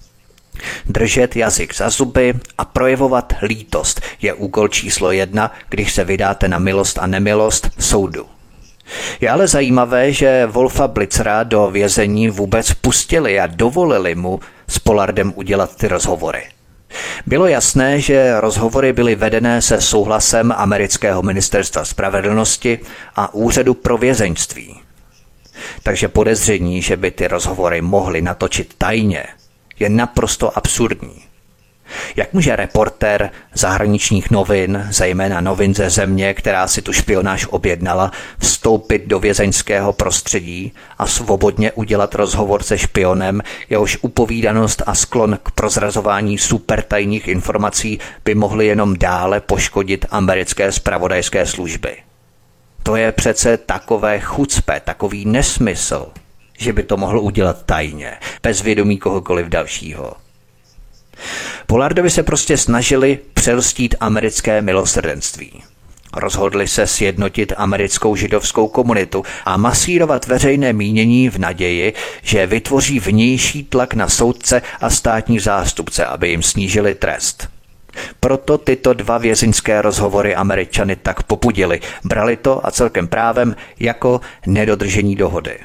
Držet jazyk za zuby a projevovat lítost je úkol číslo 1, když se vydáte na milost a nemilost soudu. Je ale zajímavé, že Wolfa Blitzera do vězení vůbec pustili a dovolili mu s Pollardem udělat ty rozhovory. Bylo jasné, že rozhovory byly vedené se souhlasem amerického ministerstva spravedlnosti a úřadu pro vězeňství. Takže podezření, že by ty rozhovory mohli natočit tajně, je naprosto absurdní. Jak může reportér zahraničních novin, zejména novin ze země, která si tu špionáž objednala, vstoupit do vězeňského prostředí a svobodně udělat rozhovor se špionem, jehož upovídanost a sklon k prozrazování supertajných informací by mohly jenom dále poškodit americké zpravodajské služby? To je přece takové chucpe, takový nesmysl, že by to mohl udělat tajně, bez vědomí kohokoliv dalšího. Pollardovi se prostě snažili přelstít americké milosrdenství. Rozhodli se sjednotit americkou židovskou komunitu a masírovat veřejné mínění v naději, že vytvoří vnější tlak na soudce a státní zástupce, aby jim snížili trest. Proto tyto 2 vězeňské rozhovory Američany tak popudili, brali to a celkem právem jako nedodržení dohody.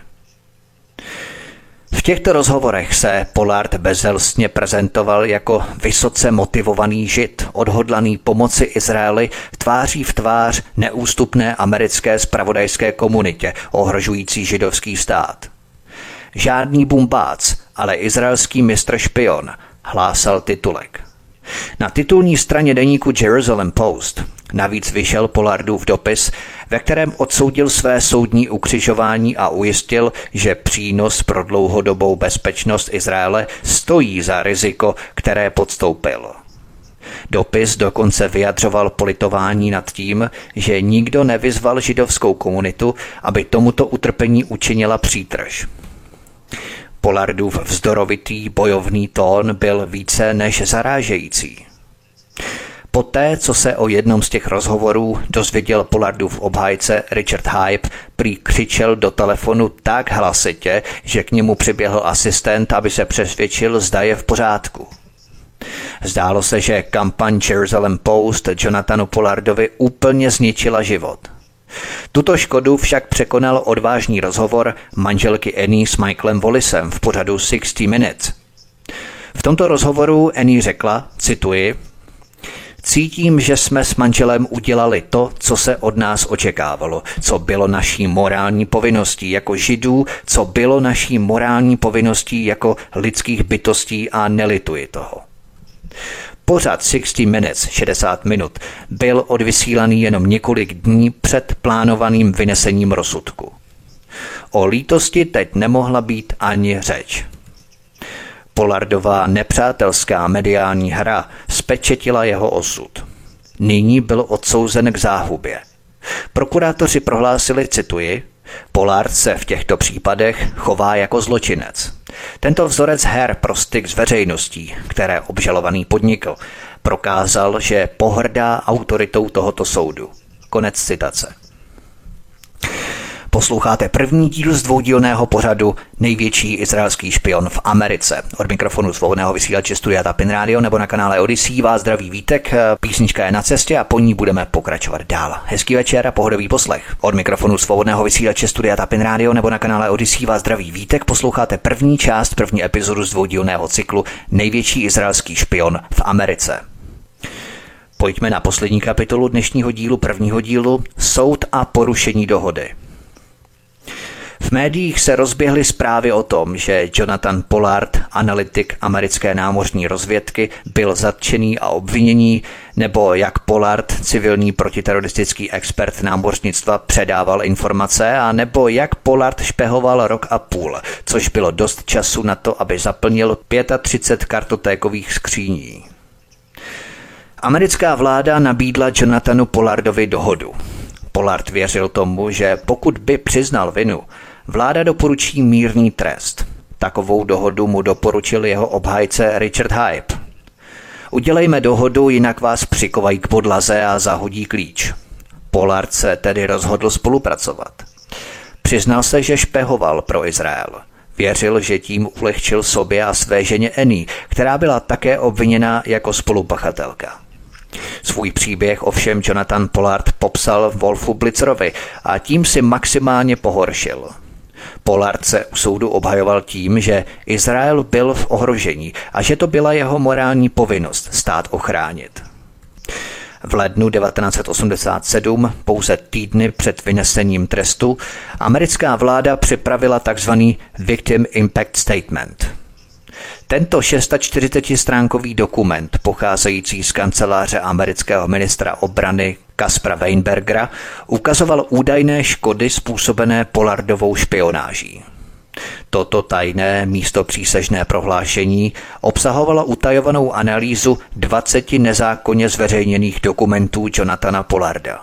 V těchto rozhovorech se Pollard bezelstně prezentoval jako vysoce motivovaný žid, odhodlaný pomoci Izraeli tváří v tvář neústupné americké zpravodajské komunitě, ohrožující židovský stát. Žádný bumbác, ale izraelský mistr špion, hlásal titulek. Na titulní straně deníku Jerusalem Post navíc vyšel Pollardův dopis, ve kterém odsoudil své soudní ukřižování a ujistil, že přínos pro dlouhodobou bezpečnost Izraele stojí za riziko, které podstoupil. Dopis dokonce vyjadřoval politování nad tím, že nikdo nevyzval židovskou komunitu, aby tomuto utrpení učinila přítrž. Pollardův vzdorovitý bojovný tón byl více než zarážející. Poté, co se o jednom z těch rozhovorů dozvěděl Pollardův obhájce Richard Hype, prý křičel do telefonu tak hlasitě, že k němu přiběhl asistent, aby se přesvědčil, zda je v pořádku. Zdálo se, že kampaň Jerusalem Post Jonathanu Pollardovi úplně zničila život. Tuto škodu však překonal odvážný rozhovor manželky Annie s Michaelem Wallisem v pořadu 60 Minutes. V tomto rozhovoru Annie řekla, cituji, cítím, že jsme s manželem udělali to, co se od nás očekávalo, co bylo naší morální povinností jako židů, co bylo naší morální povinností jako lidských bytostí a nelituji toho. Pořad 60 Minutes, 60 minut, byl odvysílaný jenom několik dní před plánovaným vynesením rozsudku. O lítosti teď nemohla být ani řeč. Pollardová nepřátelská mediální hra zpečetila jeho osud. nyní byl odsouzen k záhubě. Prokurátoři prohlásili, cituji, Pollard se v těchto případech chová jako zločinec. Tento vzorec her pro styk s veřejností, které obžalovaný podnikl, prokázal, že pohrdá autoritou tohoto soudu. Konec citace. Posloucháte první díl z dvoudílného pořadu Největší izraelský špion v Americe. Od mikrofonu svobodného vysílače Studia Tapin Radio nebo na kanále Odyssey vás zdraví Vítek. Písnička je na cestě a po ní budeme pokračovat dál. Hezký večer a pohodový poslech. Od mikrofonu svobodného vysílače Studia Tapin Radio nebo na kanále Odyssey vás zdraví Vítek. Posloucháte první epizodu z dvoudílného cyklu Největší izraelský špion v Americe. Pojďme na poslední kapitolu dnešního prvního dílu Soud a porušení dohody. V médiích se rozběhly zprávy o tom, že Jonathan Pollard, analytik americké námořní rozvědky, byl zatčený a obviněný, nebo jak Pollard, civilní protiteroristický expert námořnictva, předával informace, a nebo jak Pollard špehoval rok a půl, což bylo dost času na to, aby zaplnil 35 kartotékových skříní. Americká vláda nabídla Jonathanu Pollardovi dohodu. Pollard věřil tomu, že pokud by přiznal vinu, vláda doporučí mírný trest. Takovou dohodu mu doporučil jeho obhájce Richard Hype. Udělejme dohodu, jinak vás přikovají k podlaze a zahodí klíč. Pollard se tedy rozhodl spolupracovat. Přiznal se, že špehoval pro Izrael. Věřil, že tím ulehčil sobě a své ženě Annie, která byla také obviněna jako spolupachatelka. Svůj příběh ovšem Jonathan Pollard popsal Wolfu Blitzerovi a tím si maximálně pohoršil. Pollard se u soudu obhajoval tím, že Izrael byl v ohrožení a že to byla jeho morální povinnost stát ochránit. V lednu 1987, pouze týdny před vynesením trestu, americká vláda připravila tzv. Victim Impact Statement. Tento 640-stránkový dokument, pocházející z kanceláře amerického ministra obrany Kaspra Weinbergera, ukazoval údajné škody způsobené Pollardovou špionáží. Toto tajné místopřísežné prohlášení obsahovalo utajovanou analýzu 20 nezákonně zveřejněných dokumentů Jonathana Pollarda.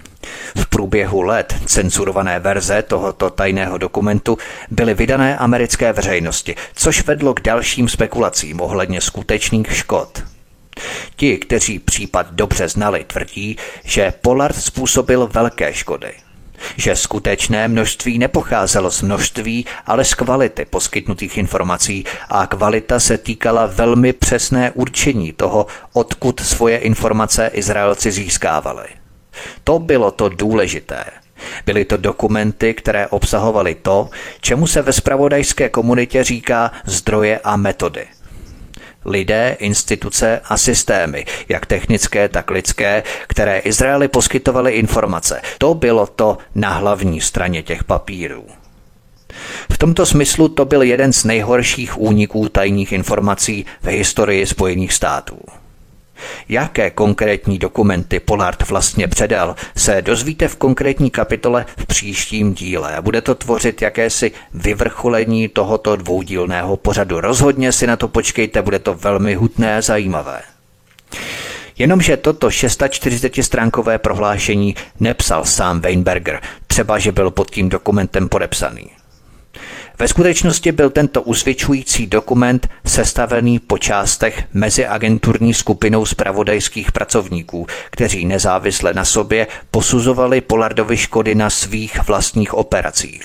V průběhu let cenzurované verze tohoto tajného dokumentu byly vydané americké veřejnosti, což vedlo k dalším spekulacím ohledně skutečných škod. Ti, kteří případ dobře znali, tvrdí, že Pollard způsobil velké škody. Že skutečné množství nepocházelo z množství, ale z kvality poskytnutých informací a kvalita se týkala velmi přesné určení toho, odkud svoje informace Izraelci získávali. To bylo to důležité. Byly to dokumenty, které obsahovaly to, čemu se ve zpravodajské komunitě říká zdroje a metody. Lidé, instituce a systémy, jak technické, tak lidské, které Izraeli poskytovaly informace. To bylo to na hlavní straně těch papírů. V tomto smyslu to byl jeden z nejhorších úniků tajných informací v historii Spojených států. Jaké konkrétní dokumenty Pollard vlastně předal, se dozvíte v konkrétní kapitole v příštím díle a bude to tvořit jakési vyvrcholení tohoto dvoudílného pořadu. Rozhodně si na to počkejte, bude to velmi hutné a zajímavé. Jenomže toto 640-stránkové prohlášení nepsal sám Weinberger, třeba že byl pod tím dokumentem podepsaný. Ve skutečnosti byl tento usvědčující dokument sestavený po částech meziagenturní skupinou zpravodajských pracovníků, kteří nezávisle na sobě posuzovali Pollardovy škody na svých vlastních operacích.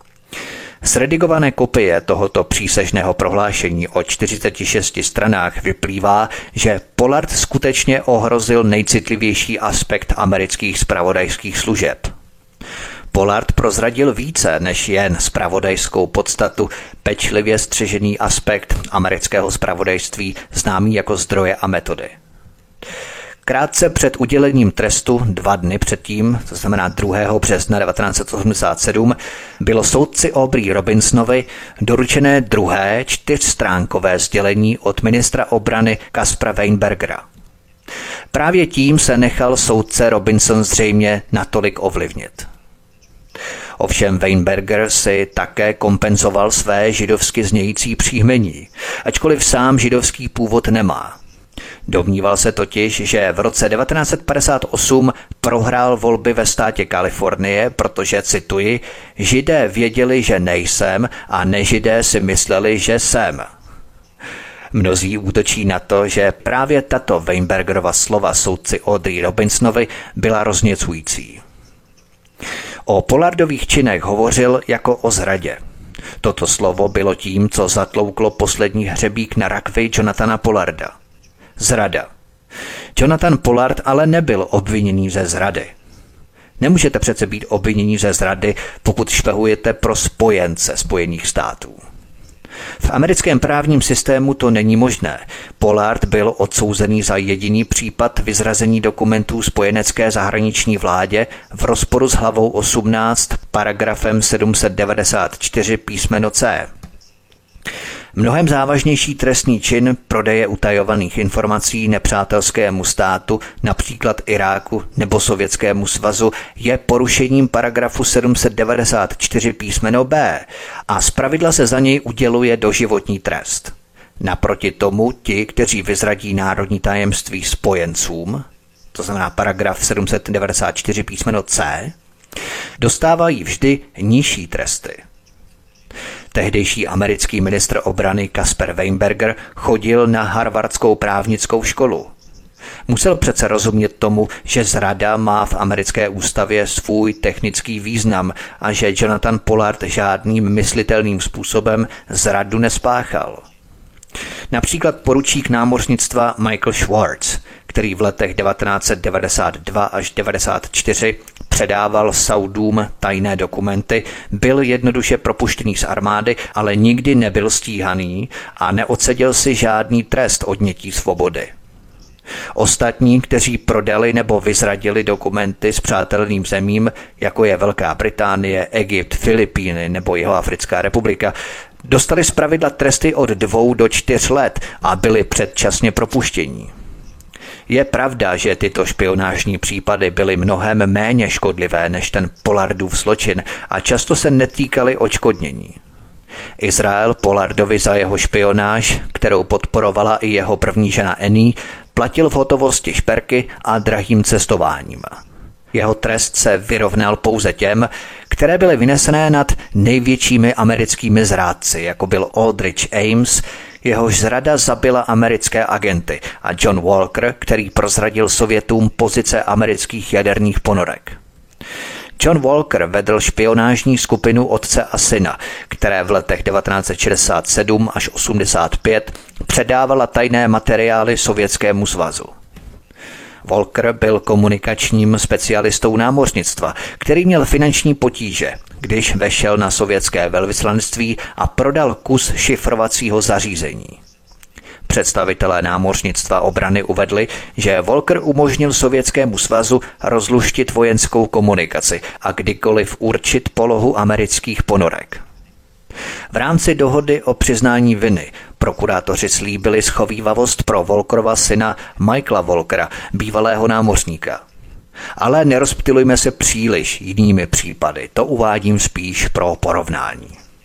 Z redigované kopie tohoto přísežného prohlášení o 46 stranách vyplývá, že Pollard skutečně ohrozil nejcitlivější aspekt amerických zpravodajských služeb. Pollard prozradil více než jen zpravodajskou podstatu, pečlivě střežený aspekt amerického zpravodajství známý jako zdroje a metody. Krátce před udělením trestu, 2 dny předtím, to znamená 2. března 1987, bylo soudci Aubrey Robinsonovi doručené druhé 4stránkové sdělení od ministra obrany Kaspra Weinbergera. Právě tím se nechal soudce Robinson zřejmě natolik ovlivnit. Ovšem Weinberger si také kompenzoval své židovsky znějící příjmení, ačkoliv sám židovský původ nemá. Domníval se totiž, že v roce 1958 prohrál volby ve státě Kalifornie, protože, cituji, Židé věděli, že nejsem a nežidé si mysleli, že jsem. Mnozí útočí na to, že právě tato Weinbergerova slova soudci Audrey Robinsonovi byla rozněcující. O Pollardových činech hovořil jako o zradě. Toto slovo bylo tím, co zatlouklo poslední hřebík na rakvi Jonathana Pollarda. Zrada. Jonathan Pollard ale nebyl obviněný ze zrady. Nemůžete přece být obvinění ze zrady, pokud špehujete pro spojence Spojených států. V americkém právním systému to není možné. Pollard byl odsouzený za jediný případ vyzrazení dokumentů spojenecké zahraniční vládě v rozporu s hlavou 18 paragrafem 794 písmeno C. Mnohem závažnější trestný čin prodeje utajovaných informací nepřátelskému státu, například Iráku nebo Sovětskému svazu, je porušením paragrafu 794 písmeno B a zpravidla se za něj uděluje doživotní trest. Naproti tomu ti, kteří vyzradí národní tajemství spojencům, to znamená paragraf 794 písmeno C, dostávají vždy nižší tresty. Tehdejší americký ministr obrany Caspar Weinberger chodil na harvardskou právnickou školu. Musel přece rozumět tomu, že zrada má v americké ústavě svůj technický význam a že Jonathan Pollard žádným myslitelným způsobem zradu nespáchal. Například poručík námořnictva Michael Schwartz, který v letech 1992 až 1994 předával Saudům tajné dokumenty, byl jednoduše propuštěný z armády, ale nikdy nebyl stíhaný a neodseděl si žádný trest odnětí svobody. Ostatní, kteří prodali nebo vyzradili dokumenty s přátelným zemím, jako je Velká Británie, Egypt, Filipíny nebo Jihoafrická republika, dostali zpravidla tresty od 2 do 4 let a byli předčasně propuštění. Je pravda, že tyto špionážní případy byly mnohem méně škodlivé než ten Pollardův zločin a často se netýkaly odškodnění. Izrael Pollardovi za jeho špionáž, kterou podporovala i jeho první žena Annie, platil v hotovosti šperky a drahým cestováním. Jeho trest se vyrovnal pouze těm, které byly vynesené nad největšími americkými zrádci, jako byl Aldrich Ames, jehož zrada zabila americké agenty, a John Walker, který prozradil Sovětům pozice amerických jaderných ponorek. John Walker vedl špionážní skupinu otce a syna, které v letech 1967 až 85 předávala tajné materiály Sovětskému svazu. Walker byl komunikačním specialistou námořnictva, který měl finanční potíže, když vešel na sovětské velvyslanectví a prodal kus šifrovacího zařízení. Představitelé námořnictva obrany uvedli, že Walker umožnil Sovětskému svazu rozluštit vojenskou komunikaci a kdykoliv určit polohu amerických ponorek. V rámci dohody o přiznání viny prokurátoři slíbili schovívavost pro Walkerova syna Michaela Walkera, bývalého námořníka. Ale nerozptylujme se příliš jinými případy, to uvádím spíš pro porovnání.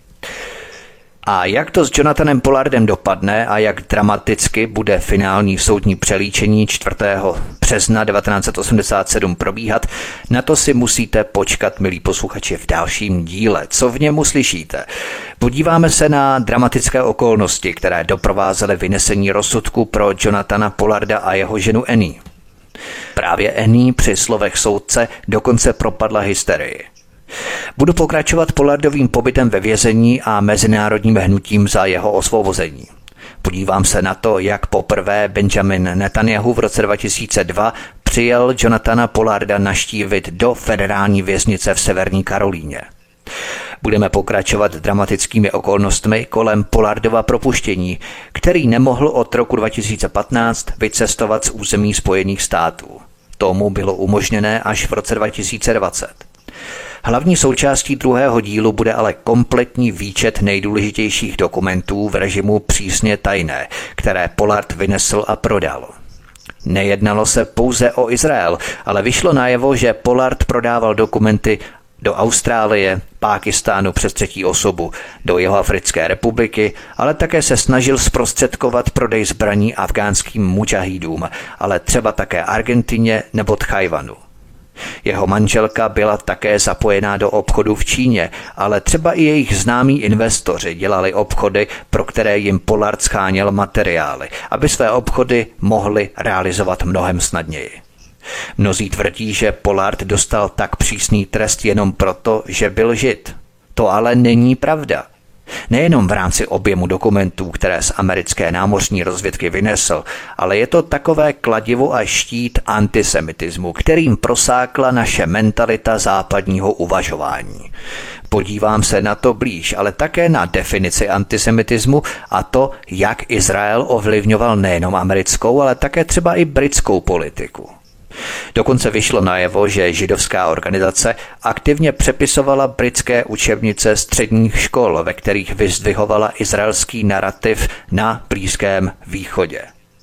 A jak to s Jonathanem Pollardem dopadne a jak dramaticky bude finální soudní přelíčení 4. března 1987 probíhat, na to si musíte počkat, milí posluchači, v dalším díle. Co v něm uslyšíte? Podíváme se na dramatické okolnosti, které doprovázely vynesení rozsudku pro Jonathana Pollarda a jeho ženu Annie. Právě Annie při slovech soudce dokonce propadla hysterii. Budu pokračovat Pollardovým pobytem ve vězení a mezinárodním hnutím za jeho osvobození. Podívám se na to, jak poprvé Benjamin Netanyahu v roce 2002 přijel Jonathana Pollarda navštívit do federální věznice v Severní Karolíně. Budeme pokračovat dramatickými okolnostmi kolem Pollardova propuštění, který nemohl od roku 2015 vycestovat z území Spojených států. Tomu bylo umožněné až v roce 2020. Hlavní součástí druhého dílu bude ale kompletní výčet nejdůležitějších dokumentů v režimu přísně tajné, které Pollard vynesl a prodal. Nejednalo se pouze o Izrael, ale vyšlo najevo, že Pollard prodával dokumenty do Austrálie, Pákistánu přes třetí osobu, do Jihoafrické republiky, ale také se snažil zprostředkovat prodej zbraní afgánským mudžahídům, ale třeba také Argentině nebo Tchajwanu. Jeho manželka byla také zapojená do obchodu v Číně, ale třeba i jejich známí investoři dělali obchody, pro které jim Pollard sháněl materiály, aby své obchody mohli realizovat mnohem snadněji. Mnozí tvrdí, že Pollard dostal tak přísný trest jenom proto, že byl Žid. To ale není pravda. Nejenom v rámci objemu dokumentů, které z americké námořní rozvědky vynesl, ale je to takové kladivo a štít antisemitismu, kterým prosákla naše mentalita západního uvažování. Podívám se na to blíž, ale také na definici antisemitismu a to, jak Izrael ovlivňoval nejenom americkou, ale také třeba i britskou politiku. Dokonce vyšlo najevo, že židovská organizace aktivně přepisovala britské učebnice středních škol, ve kterých vyzdvihovala izraelský narativ na Blízkém východě.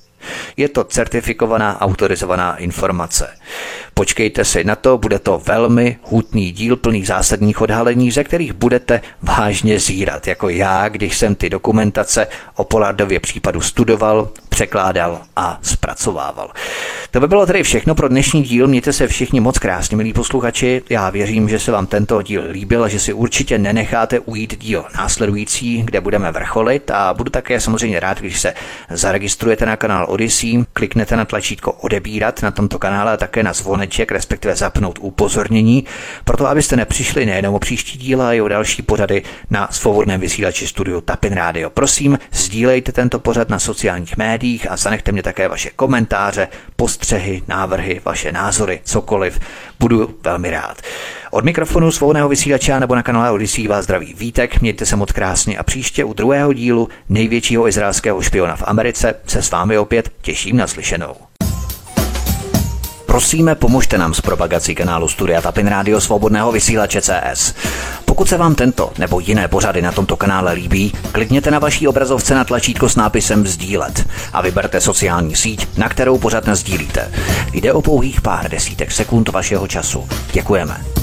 Je to certifikovaná, autorizovaná informace. Počkejte si na to, bude to velmi hutný díl plný zásadních odhalení, ze kterých budete vážně zírat, jako já, když jsem ty dokumentace o Pollardově případu studoval, překládal a zpracovával. To by bylo tedy všechno pro dnešní díl. Mějte se všichni moc krásně, milí posluchači. Já věřím, že se vám tento díl líbil a že si určitě nenecháte ujít díl následující, kde budeme vrcholit, a budu také samozřejmě rád, když se zaregistrujete na kanál Odyssey, kliknete na tlačítko odebírat na tomto kanále a také na zvoneček, respektive zapnout upozornění, proto abyste nepřišli nejenom o příští díl, ale i o další pořady na svobodném vysílači studiu Tapin Radio. Prosím, sdílejte tento pořad na sociálních médiích a zanechte mě také vaše komentáře, postřehy, návrhy, vaše názory, cokoliv. Budu velmi rád. Od mikrofonu svobodného vysílače nebo na kanále Odyssey vás zdraví Vítek, mějte se moc krásně a příště u druhého dílu největšího izraelského špiona v Americe se s vámi opět těším na slyšenou. Prosíme, pomožte nám s propagací kanálu Studia Tapin Radio svobodného vysílače CS. Pokud se vám tento nebo jiné pořady na tomto kanále líbí, klikněte na vaší obrazovce na tlačítko s nápisem sdílet a vyberte sociální síť, na kterou pořad nasdílíte. Jde o pouhých pár desítek sekund vašeho času. Děkujeme.